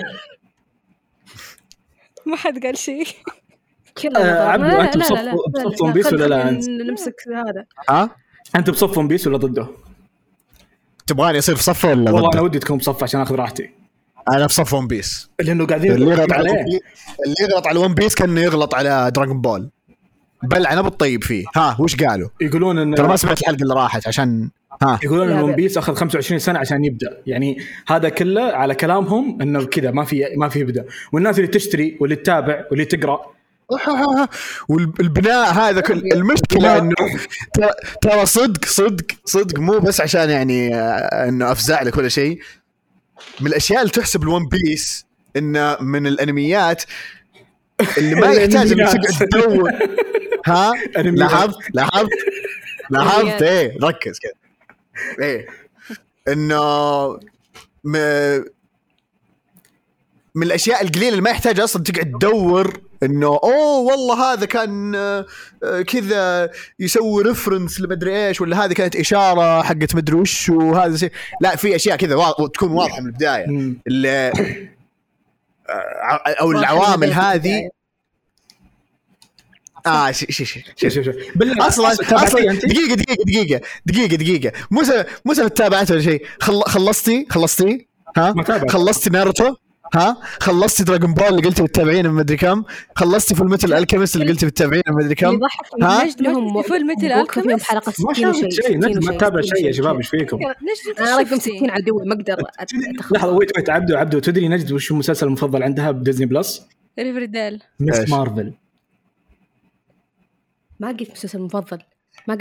[SPEAKER 2] ما حد قال شيء.
[SPEAKER 1] عبدو أنت بصف ون بيس ولا لا؟ أنت
[SPEAKER 5] نمسك هذا
[SPEAKER 1] أنت بصف ون بيس ولا ضده؟
[SPEAKER 4] تبغاني أصير في صف ولا ضده؟
[SPEAKER 1] والله أنا ودي تكون بصف عشان أخذ راحتي.
[SPEAKER 4] أنا في صف ون بيس
[SPEAKER 1] لأنه قاعدين
[SPEAKER 4] اللي يغلط على ون بيس كان يغلط على دراغون بول. بلع انا بالطيب فيه. وش قالوا؟
[SPEAKER 1] يقولون ان
[SPEAKER 4] ترى ما سمعت الحلقه اللي راحت عشان
[SPEAKER 1] يقولون ان ون بيس اخذ 25 سنه عشان يبدا، يعني هذا كله على كلامهم انه كذا ما في يبدا، والناس اللي تشتري واللي تتابع واللي تقرا
[SPEAKER 4] والبناء هذا كل المشكله انه ترى صدق مو بس عشان يعني انه افزع لك ولا شيء. من الاشياء اللي تحسب الون بيس انه من الانميات اللي ما يحتاج انك تقعد تدور. لاحظت ايه ركز كده ايه انه من الاشياء القليله اللي ما يحتاج اصلا تقعد تدور انه والله هذا كان كذا يسوي ريفرنس لمدري ايش، ولا هذه كانت اشاره حقت مدري وش وهذا شيء. لا في اشياء كذا تكون واضحه من البدايه اللي او العوامل هذه. شوف اصلا دقيقه موسى تتابعت ولا شيء؟ خلصتي خلصتي ناروتو؟ خلصتي دراغون بول اللي قلتي بتتابعين ما ادري كم؟ خلصتي فول ميتال الكيمست اللي قلتي بتتابعين ما ادري كم؟
[SPEAKER 2] نجم فول ميتال الكيمست
[SPEAKER 5] حلقه 60
[SPEAKER 1] شيء ما تتابع شيء يا شباب. ايش فيكم؟
[SPEAKER 5] انا رقم 60 على الدول ما اقدر.
[SPEAKER 1] لحظه ويت عبدو تدري نجد وش المسلسل المفضل عندها بديزني بلس؟
[SPEAKER 2] ريفرديل.
[SPEAKER 1] مس مارفل.
[SPEAKER 5] ما قلت مسلسل مفضل لا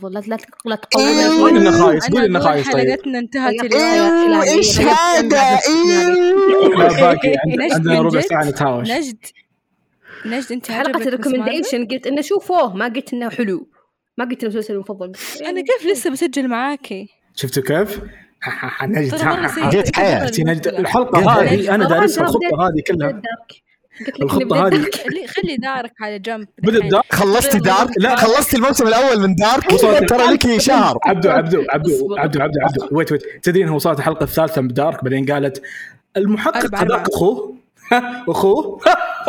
[SPEAKER 1] قول إنه خايس طيب
[SPEAKER 2] حلقتنا انتهت
[SPEAKER 4] ايش هذا؟
[SPEAKER 1] باقي عندنا ربع ساعه نتهاوش.
[SPEAKER 2] نجد انت
[SPEAKER 5] حلقه الريكومنديشن قلت انه شوفوه، ما قلت انه حلو، ما قلت انه مسلسل مفضل.
[SPEAKER 2] انا كيف لسه بسجل معاكي؟
[SPEAKER 1] شفتوا كيف نجد
[SPEAKER 4] جيت حياتي
[SPEAKER 1] نجد الحلقه هذه انا دارسها الخطه هذه كلها. الخطه هذه
[SPEAKER 2] خلي دارك على جنب.
[SPEAKER 4] خلصتي دارك؟ لا خلصتي الموسم الاول من دارك ترى لك شهر.
[SPEAKER 1] عبدو ويت تدرين هو وصلت الحلقه الثالثه من دارك بعدين قالت المحقق هذاك اخوه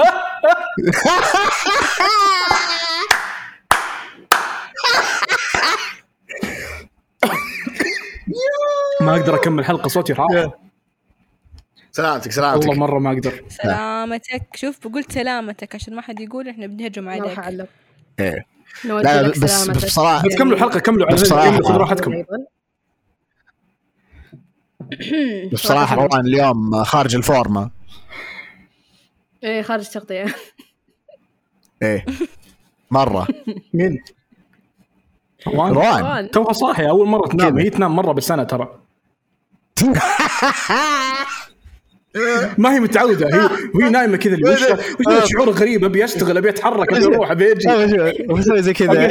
[SPEAKER 1] ما اقدر اكمل حلقه صوتي راح.
[SPEAKER 4] سلامتك
[SPEAKER 1] والله مرة ما أقدر.
[SPEAKER 2] سلامتك. شوف بقول سلامتك عشان ما حد يقول إحنا بنهجم عليك.
[SPEAKER 4] إيه. لا بس بصراحة
[SPEAKER 1] تكملوا الحلقة كملوا خذ راحتكم.
[SPEAKER 4] بصراحة روان اليوم خارج الفورمة.
[SPEAKER 5] إيه خارج تغطية.
[SPEAKER 4] إيه مرة.
[SPEAKER 1] مين؟ روان. توها صاحية أول مرة تنام. هي تنام مرة بالسنة ترى. ما هي متعودة. هي نايمة كذا وش شعور غريب. أبي أشتغل أبي أتحرك أبي أروح أبي أجي
[SPEAKER 4] وسوي زي كذا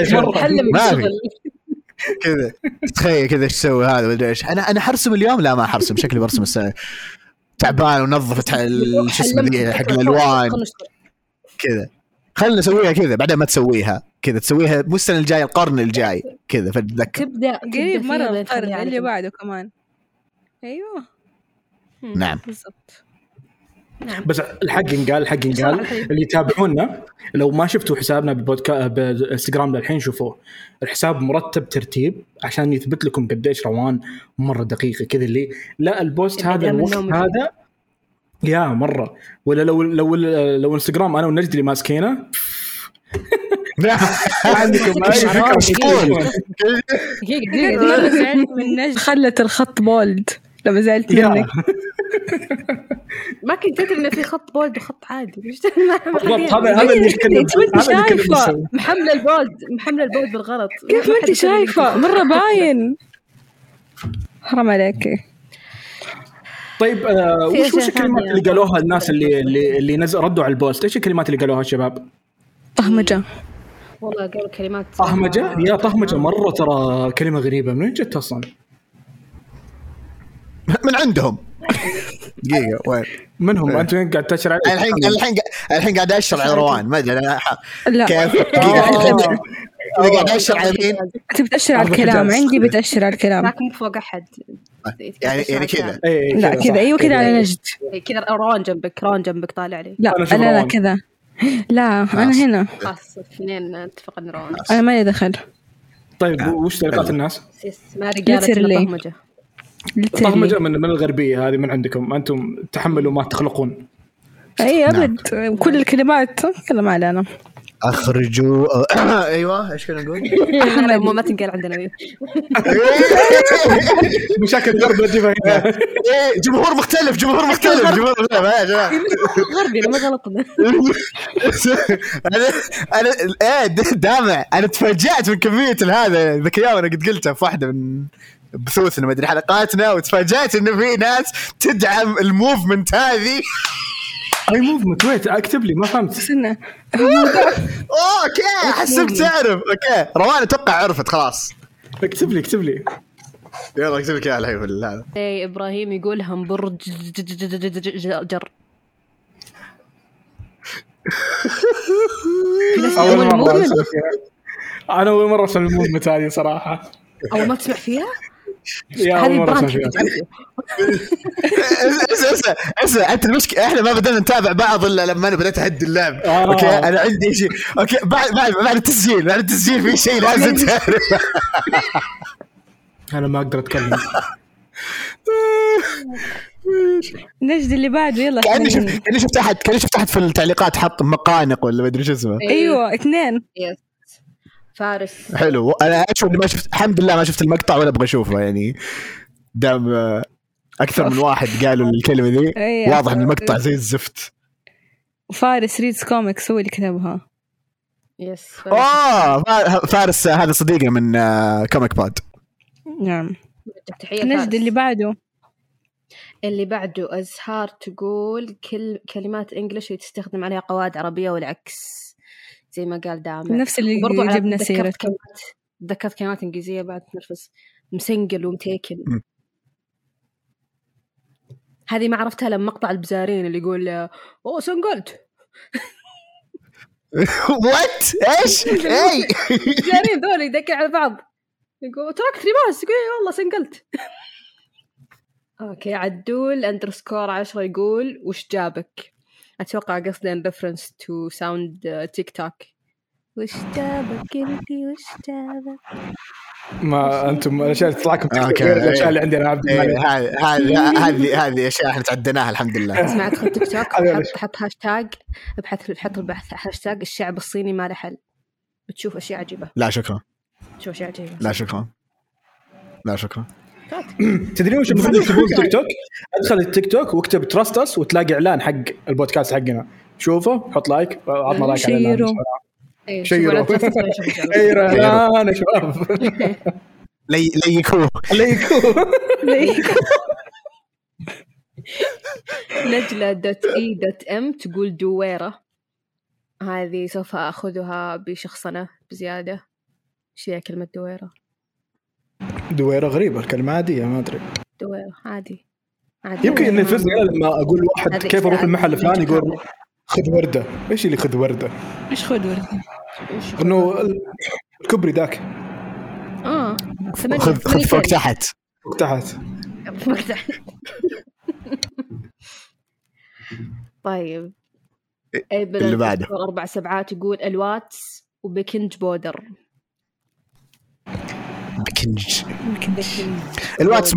[SPEAKER 4] كذا. تخيل كذا إيش تسوي هذا ولا إيش؟ أنا حرسم اليوم. لا ما حرسم شكلي برسم السنة تعبان ونظفت الجسم ذي حق الألوان كذا. خلنا نسويها كذا بعدين ما تسويها كذا تسويها مو السنة الجاية القرن الجاي كذا فتذكر
[SPEAKER 2] تبدأ قريب مرة القرن اللي بعده كمان. أيوة
[SPEAKER 4] نعم
[SPEAKER 2] بالضبط.
[SPEAKER 1] نعم. بس الحق قال اللي يتابعونا لو ما شفتوا حسابنا بانستغرام للحين شوفوه. الحساب مرتب ترتيب عشان يثبت لكم قديش روان مرة دقيقة كذا. اللي لا البوست هذا الوقت هذا يا مرة ولا لو انستغرام انا والنجد اللي ماسكينه عندكم اي فكرة.
[SPEAKER 2] من نجد خلت الخط بولد لما زعلت منك.
[SPEAKER 5] ما كنت تدري إنه في خط بولد وخط عادي.
[SPEAKER 1] هذا اللي
[SPEAKER 2] شايفة
[SPEAKER 5] محمل البولد بالغلط.
[SPEAKER 2] كيف ما أنت شايفة؟ مرة باين. حرام عليك.
[SPEAKER 1] طيب وش الكلمات اللي قالوها الناس اللي ردوا على البوست؟ ايش الكلمات اللي قالوها الشباب؟
[SPEAKER 2] طهمجة.
[SPEAKER 5] والله قالوا كلمات
[SPEAKER 1] طهمجة. يا طهمجة مرة ترى كلمة غريبة. منين جت أصلا؟
[SPEAKER 4] من عندهم. دقيقة وين
[SPEAKER 1] منهم؟ أنت قاعد تشرح
[SPEAKER 4] الحين قاعد أشرح على روان ما أدري أنا كيف قاعد أشرح على مين؟
[SPEAKER 2] أنت بتأشر على الكلام عندي بتأشر على الكلام
[SPEAKER 5] لكن فوق أحد
[SPEAKER 4] يعني كذا
[SPEAKER 2] لا كذا أيوة كذا على نجد
[SPEAKER 5] كذا روان جنبك طالع عليه
[SPEAKER 2] لا كذا لا أنا هنا
[SPEAKER 5] خلاص اثنين اتفقنا روان
[SPEAKER 2] أنا ما لي دخل.
[SPEAKER 1] طيب وش تعليقات الناس؟
[SPEAKER 5] ما رجالة
[SPEAKER 1] طهمجة من الغربية هذه من عندكم أنتم تحملوا ما تخلقون.
[SPEAKER 2] أي أبد كل الكلمات كلام علينا
[SPEAKER 4] أخرجوا أيوة إيش كنا نقول؟
[SPEAKER 5] إحنا ما تنقل عندنا
[SPEAKER 1] مشاكل الغرب نجيبها هنا.
[SPEAKER 4] جمهور مختلف
[SPEAKER 5] غربي ما غلطنا.
[SPEAKER 4] أنا دامع أنا تفاجأت من كمية هذا الذكية وأنا قد قلتها في واحدة من بثوثنا ما أدري حلقاتنا وتفاجأت إنه في ناس تدعم الموفمنت هذه.
[SPEAKER 1] أي موفمنت ويت أكتب لي ما فهمت.
[SPEAKER 2] سنة.
[SPEAKER 4] أوكي حسبت تعرف. أوكي روان أتوقع عرفت خلاص.
[SPEAKER 1] اكتب لي
[SPEAKER 4] يلا اكتب لك على هذا.
[SPEAKER 5] إبراهيم يقول همبرج جر.
[SPEAKER 1] أنا أول مرة أسمع الموفمنت هذه صراحة.
[SPEAKER 5] أول ما تسمع فيها؟
[SPEAKER 1] هذه براند.
[SPEAKER 4] اسمع انت المشكله احنا ما بدنا نتابع بعض الا لما انا بدأت اهدي اللعب. اوكي انا عندي شيء. اوكي بعد التسجيل في شيء لازم تعرف.
[SPEAKER 1] انا ما اقدر اتكلم.
[SPEAKER 2] نجد اللي بعده يلا.
[SPEAKER 4] كأني شفت احد في التعليقات حط مقانق ولا ما ادري شو اسمه.
[SPEAKER 2] ايوه 2
[SPEAKER 5] فارس.
[SPEAKER 4] حلو. انا اشوف ما شفت الحمد لله ما شفت المقطع ولا ابغى اشوفه يعني دام اكثر من واحد قالوا الكلمه ذي. واضح ان المقطع زي الزفت.
[SPEAKER 2] فارس ريدز كوميكس هو اللي كتبها.
[SPEAKER 5] يس
[SPEAKER 4] فارس هذا صديقه من كوميك بود.
[SPEAKER 2] نعم. نجد
[SPEAKER 5] اللي بعده أزهار تقول كلمات إنجليش تستخدم عليها قواعد عربية والعكس زي ما قال دامع.
[SPEAKER 2] نفس اللي جبنا سيرة.
[SPEAKER 5] ذكرت كلمات إنجليزية بعد تنرفز. مسنجل ومتيكن. هذه ما عرفتها لما مقطع البزارين اللي يقول أوه سنقلت.
[SPEAKER 4] وات إيش؟ إيه.
[SPEAKER 5] البزارين ذول يدقق على بعض. يقول تركت لباس يقول والله سنقلت. أوكي عدول _10 يقول وش جابك؟ أتوقع قصدين reference to sound تيك توك. وش جابك قلتي وش جابك؟
[SPEAKER 1] ما أنتم الأشياء اللي تطلعكم الأشياء اللي عندنا عبد الملك.
[SPEAKER 4] هذه أشياء إحنا تعديناها الحمد لله.
[SPEAKER 5] اسمع ادخل تيك توك حط هاشتاج حط البحث هاشتاج الشعب الصيني ما له حل بتشوف أشياء عجيبة.
[SPEAKER 4] لا شكرا.
[SPEAKER 5] تشوف أشياء عجيبة.
[SPEAKER 4] لا شكرا.
[SPEAKER 1] تدري وش المفروض تسوون تيك توك؟ ادخل التيك توك واكتب تراست اس وتلاقي اعلان حق البودكاست حقنا. شوفه حط لايك عطنا لايك على الاعلان. شيروا انا شباب
[SPEAKER 4] ليكو
[SPEAKER 5] نجلة.e.m تقول دويرة. هذه سوف أخذها بشخصنة بزيادة. شيء كلمة دويرة
[SPEAKER 1] غريبة الكلمة عادية ما أدري.
[SPEAKER 5] دويرة عادي.
[SPEAKER 1] يمكن إن الفزع لما أقول واحد كيف أروح المحل الفلاني يقول خذ وردة. إيش اللي خذ وردة؟
[SPEAKER 2] إيش خذ وردة؟
[SPEAKER 1] إنه الكبري ذاك.
[SPEAKER 4] خذ فوق تحت.
[SPEAKER 5] طيب.
[SPEAKER 4] اللي بعده
[SPEAKER 5] 4 7 يقول الواتس وبكنج بودر.
[SPEAKER 4] بكنج. الواتس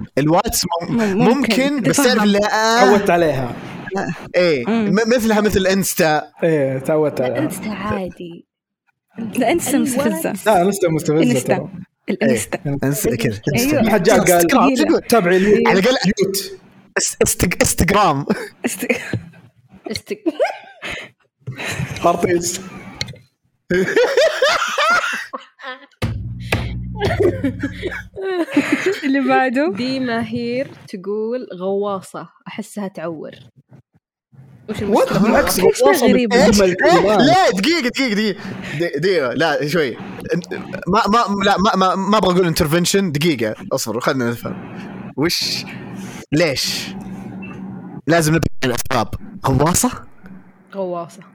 [SPEAKER 4] ممكن بس تعرف اللي
[SPEAKER 1] تعودت عليها.
[SPEAKER 4] ايه مثلها مثل انستا.
[SPEAKER 1] ايه تعودت عليها.
[SPEAKER 5] انستا عادي.
[SPEAKER 2] لا انستا مستفزة.
[SPEAKER 1] لا انستا مستفزة.
[SPEAKER 2] الانستا
[SPEAKER 4] كذا
[SPEAKER 2] أيوة.
[SPEAKER 1] حد جاء قال تابعي لي
[SPEAKER 4] على قال
[SPEAKER 1] يوت
[SPEAKER 4] انستغرام
[SPEAKER 1] هارتيز.
[SPEAKER 2] اللي بعده
[SPEAKER 5] دي ماهير تقول غواصة أحسها تعور. وش
[SPEAKER 1] بالعكس
[SPEAKER 2] غريب.
[SPEAKER 4] لا دقيقة لا شوي ما ابغى اقول انترفنشن. دقيقة اصبر خلنا نفهم وش ليش لازم نبني الاسباب. غواصة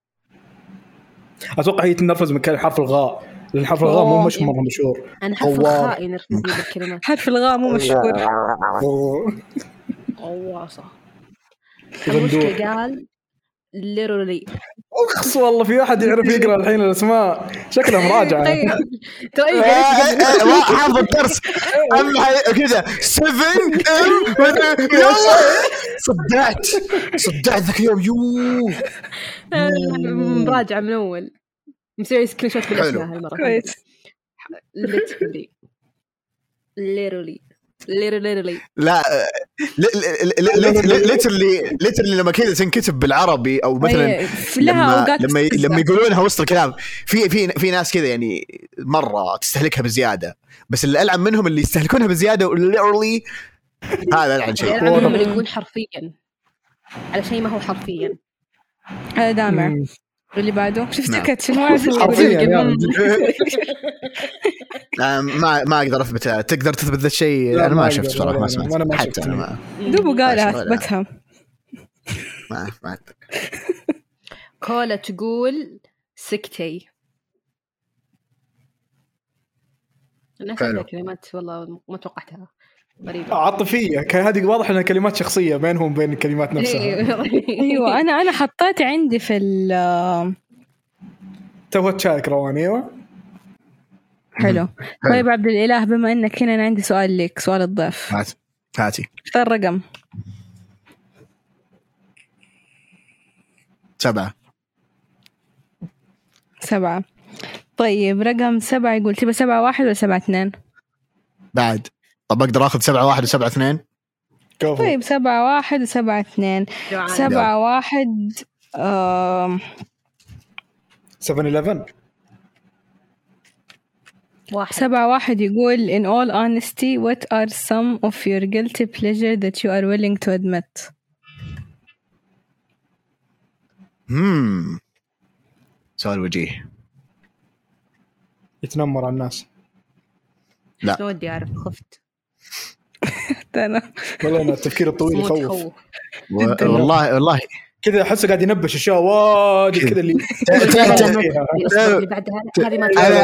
[SPEAKER 1] اتوقع هي تنرفز من حرف الغاء، لان حرف الغاء مو مش مره مشهور.
[SPEAKER 5] انا حرف الخاء ينرفزني بالكلمات.
[SPEAKER 2] حرف الغاء مو مشهور.
[SPEAKER 5] غواصة. مشكلة قال literally.
[SPEAKER 1] اخس والله في واحد يعرف يقرا الحين الاسماء شكله مراجعه.
[SPEAKER 5] طيب
[SPEAKER 4] حافظ الدرس كذا 7 صدعت ذاك اليوم
[SPEAKER 5] مراجعة من اول مسوي سكرين شوت بالاسماء هالمره. كويس. literally
[SPEAKER 4] لا literally لما كذا تنكتب بالعربي او مثلا لما يقولونها وسط الكلام في ناس كذا يعني مره تستهلكها بزياده، بس اللي ألعن منهم اللي يستهلكونها بزياده literally هذا ألعن شيء.
[SPEAKER 5] منهم اللي يقول حرفيا على شيء ما هو حرفيا.
[SPEAKER 2] هذا دامع. اللي بعده شفت كات شنو
[SPEAKER 4] ما اقدر اثبتها. تقدر تثبت ذا الشيء؟ انا ما شفت صراحه، ما سمعت حتى انا
[SPEAKER 2] دوبو قالها اثبتها.
[SPEAKER 4] ما
[SPEAKER 5] كولا تقول سكتي. انا فاهم كلمات والله ما توقعتها غريبة
[SPEAKER 1] عاطفية. هذه واضح انها كلمات شخصية بينهم بين الكلمات نفسها.
[SPEAKER 2] ايوه انا حطيت عندي في
[SPEAKER 1] توه شاك روان. ايوه
[SPEAKER 2] حلو. طيب عبد الاله بما انك هنا انا عندي سؤال لك، سؤال الضيف.
[SPEAKER 4] هاتي.
[SPEAKER 2] اختار رقم 7. طيب رقم 7 يقول تبى 7-1 ولا 7-2
[SPEAKER 4] بعد؟ طب اقدر اخذ 7-1 و7-2.
[SPEAKER 2] طيب 7-1 و7-2. 7-1
[SPEAKER 1] 7-11.
[SPEAKER 2] 7-1 يقول in all honesty what are some of your guilty pleasure that you are willing to admit.
[SPEAKER 4] سؤال وجيه
[SPEAKER 1] يتنمر على الناس.
[SPEAKER 4] لا
[SPEAKER 5] شو ودي أعرف. خفت
[SPEAKER 2] أنا
[SPEAKER 1] والله التفكير الطويل يخوف.
[SPEAKER 4] والله
[SPEAKER 1] كذا أحسه قاعد ينبش أشياء واجد كذا اللي
[SPEAKER 5] بعدها هذه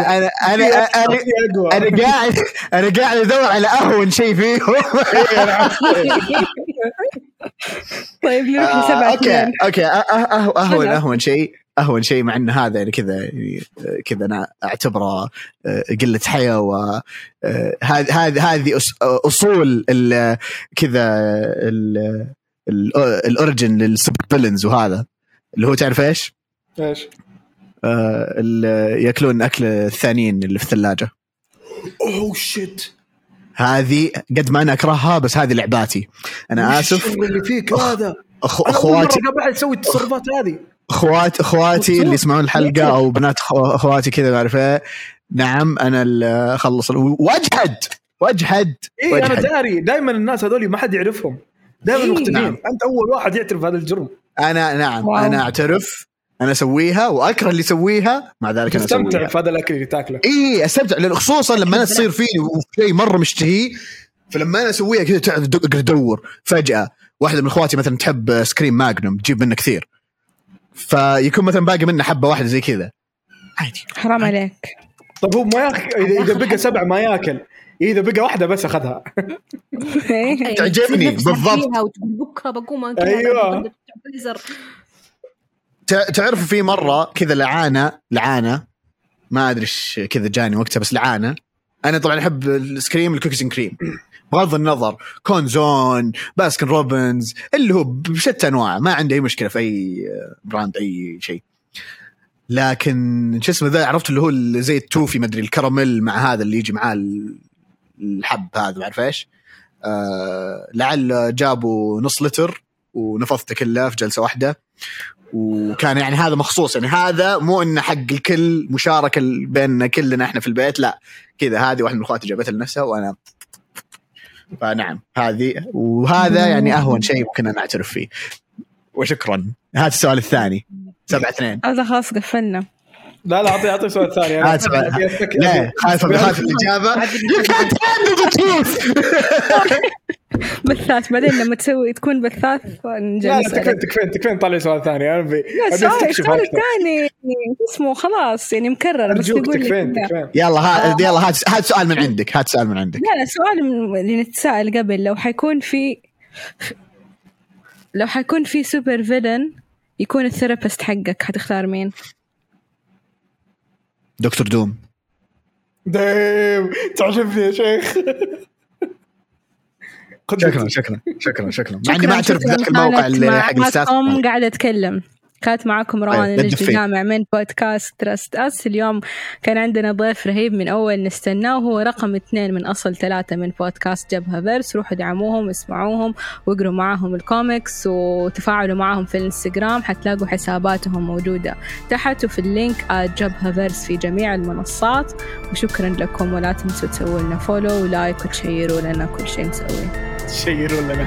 [SPEAKER 5] ما
[SPEAKER 4] أنا قاعد أدور على أهون شيء فيهم.
[SPEAKER 2] طيب نروح 7.
[SPEAKER 4] أوكي أهون شيء مع أن هذا يعني كذا أنا أعتبره قلة حياة، وهذه أصول كذا الأوريجين للسوبر فيلنز، وهذا اللي هو تعرف إيش؟ اللي يأكلون أكل الثانيين اللي في الثلاجة.
[SPEAKER 1] أوه شيت.
[SPEAKER 4] هذه قد ما أنا أكرهها بس هذه لعباتي. أنا آسف.
[SPEAKER 1] اللي فيك هذا.
[SPEAKER 4] أخواتي
[SPEAKER 1] قبل تسوي التصرفات هذه.
[SPEAKER 4] اخواتي اللي يسمعون الحلقه او بنات اخواتي كذا ما اعرف. نعم انا اللي اخلص واجحد.
[SPEAKER 1] انا داري دائما الناس هذول ما حد يعرفهم، دائما مختفين. نعم. انت اول واحد يعترف هذا الجرم.
[SPEAKER 4] انا اعترف، انا اسويها واكره اللي يسويها، مع ذلك انا
[SPEAKER 1] استمتع في هذا الاكل اللي تاكله.
[SPEAKER 4] استمتع، خصوصا لما انا تصير فيني شيء مره مشتهي، فلما انا اسويها كذا تدور فجاه واحده من اخواتي مثلا تحب سكريم ماجنوم تجيب منه كثير، فيكون مثلا باقي منه حبه واحده زي كذا عادي.
[SPEAKER 2] حرام عليك.
[SPEAKER 1] طب هو ما ياكل اذا بقى 7 ما ياكل، اذا بقى واحده بس اخذها.
[SPEAKER 4] تعجبني بالضبط.
[SPEAKER 5] بكره بقوم اكل.
[SPEAKER 1] ايوه
[SPEAKER 4] تعرفوا في مره كذا لعانه ما ادري ايش كذا جاني وقتها، بس لعانه. انا طبعا احب السكريم الكوكيز اند كريم بغض النظر كونزون باسكن روبنز اللي هو بشتى انواع، ما عندي اي مشكله في اي براند اي شيء. لكن شو اسمه ذا عرفت اللي هو زي التوفي ما ادري الكراميل مع هذا اللي يجي معاه الحب هذا ما اعرف ايش. لعل جابوا نص لتر ونفضته كله في جلسه واحده، وكان يعني هذا مخصوص، يعني هذا مو انه حق الكل مشاركه بيننا كلنا احنا في البيت، لا كذا هذه واحده من اخواتي جابتها لنفسها وانا. فنعم هذه وهذا يعني اهون شيء ممكن انا اعترف فيه. وشكرا. هذا السؤال الثاني 7-2.
[SPEAKER 2] هذا خلاص قفلنا.
[SPEAKER 1] لا اعطي سؤال ثاني.
[SPEAKER 4] لا خايف الاجابه.
[SPEAKER 2] بثاث بعدين لما تكون بثاث
[SPEAKER 1] لا تكفين طلع سؤال ثاني. انا ابي
[SPEAKER 2] السؤال الثاني اسمه خلاص يعني مكرر بس تقول
[SPEAKER 4] تكفين. يلا هات سؤال من عندك. لا
[SPEAKER 2] سؤال اللي نتساءل قبل، لو حيكون في سوبر فيلن يكون الثيرابيست حقك، حتختار مين؟
[SPEAKER 4] دكتور دوم.
[SPEAKER 1] تعجبني يا شيخ.
[SPEAKER 4] شكرا مع اني ما اعترف بذاك الموقع اللي حق الاستاذ
[SPEAKER 2] قاعد اتكلم. كانت معكم روان الجامع من بودكاست تراست أس. اليوم كان عندنا ضيف رهيب من أول نستناه، وهو رقم 2 من أصل 3 من بودكاست جبهة فيرس. روحوا دعموهم، اسمعوهم واقروا معاهم الكوميكس وتفاعلوا معاهم في الانستغرام، حتلاقوا حساباتهم موجودة تحت وفي اللينك @جبهة فيرس في جميع المنصات. وشكرا لكم، ولا تنسوا تسووا لنا فولو ولايك وتشيروا لنا كل شيء نسويه.
[SPEAKER 1] شيروا لنا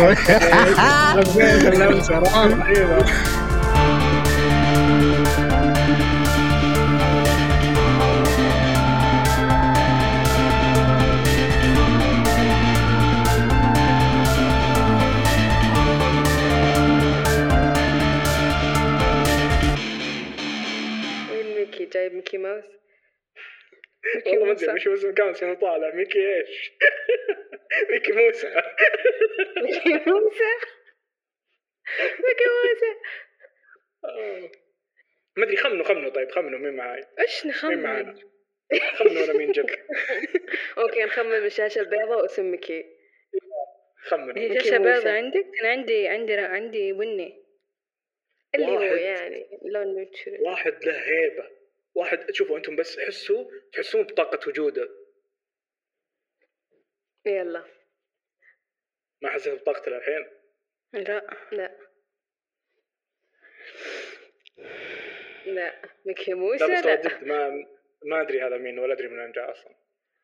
[SPEAKER 5] جايب ميكي ماوس.
[SPEAKER 1] والله ما ادري مش اسمه كان سنة طالع ميكي ايش. ميكي موسى. ما ادري. خمنوا طيب مين معاي؟
[SPEAKER 5] ايش نخمن؟
[SPEAKER 1] مين معانا؟ خمنوا انا مين جب.
[SPEAKER 5] اوكي نخمن من الشاشة البيضاء واسم ميكي.
[SPEAKER 1] خمنوا.
[SPEAKER 5] شاشة بيضاء عندك؟ انا عندي بني اللي هو يعني لون نوتشر.
[SPEAKER 1] واحد له هيبة، واحد شوفوا انتم بس تحسون بطاقة وجوده.
[SPEAKER 5] يلا
[SPEAKER 1] ما حسيت بطاقته الحين؟
[SPEAKER 5] لا ميكي موسى.
[SPEAKER 1] لا ما ادري هذا مين ولا ادري من وين جاء اصلا.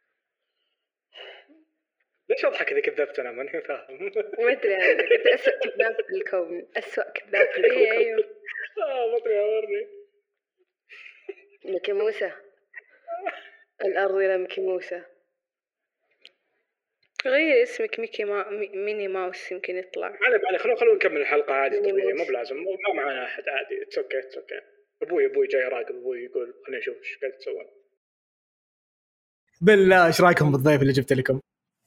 [SPEAKER 1] ليش اضحك اذا كذبت؟ انا ماني فاهم.
[SPEAKER 5] ما ادري انا انت اسوء كذاب في الكون، اسوء كذاب في الكون.
[SPEAKER 2] ايوه
[SPEAKER 1] بطري اورني
[SPEAKER 5] ميكي موسى. الارض الى ميكي موسى. غير اسمك ميني ماوس يمكن يطلع.
[SPEAKER 1] علي خلونا نكمل الحلقه عادي طبيعي، مو بلازم ما معنا احد عادي. اتس اوكي. ابوي جاي راقب. ابوي يقول خلينا نشوف ايش قاعد تسوون. بالله ايش رايكم بالضيف اللي جبت لكم؟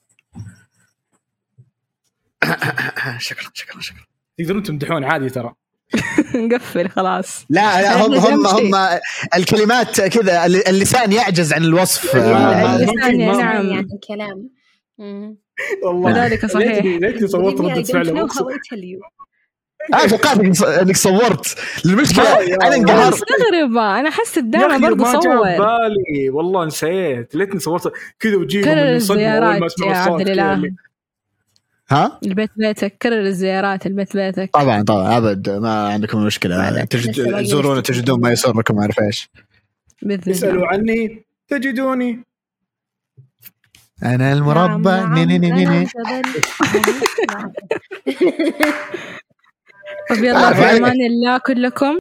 [SPEAKER 1] شكرا. تقدرون تمدحون عادي ترى.
[SPEAKER 2] نقفل خلاص.
[SPEAKER 4] لا هم الكلمات كذا، اللسان يعجز عن الوصف.
[SPEAKER 2] اللسان نعم
[SPEAKER 5] يعني الكلام.
[SPEAKER 1] والله
[SPEAKER 2] ذلك صحيح.
[SPEAKER 1] ليتني صورت ردة فعل.
[SPEAKER 4] توقعت انك صورت. المشكله انا انقهرت.
[SPEAKER 2] مستغربة، انا حسيت دائما برضه صور.
[SPEAKER 1] ما جاب بالي والله نسيت. ليتني صورت كذا وجيهم
[SPEAKER 2] من الزيارات يا عبد الإله.
[SPEAKER 4] ها
[SPEAKER 2] البيت بيتك، كرر الزيارات البيت بيتك.
[SPEAKER 4] طبعا ابد ما عندكم مشكله. تزورونا تجدون ما يسركم، ما اعرف ايش.
[SPEAKER 1] اسالوا عني تجدوني.
[SPEAKER 4] انا المربع نيني.
[SPEAKER 2] طب يلا في امان الله كلكم.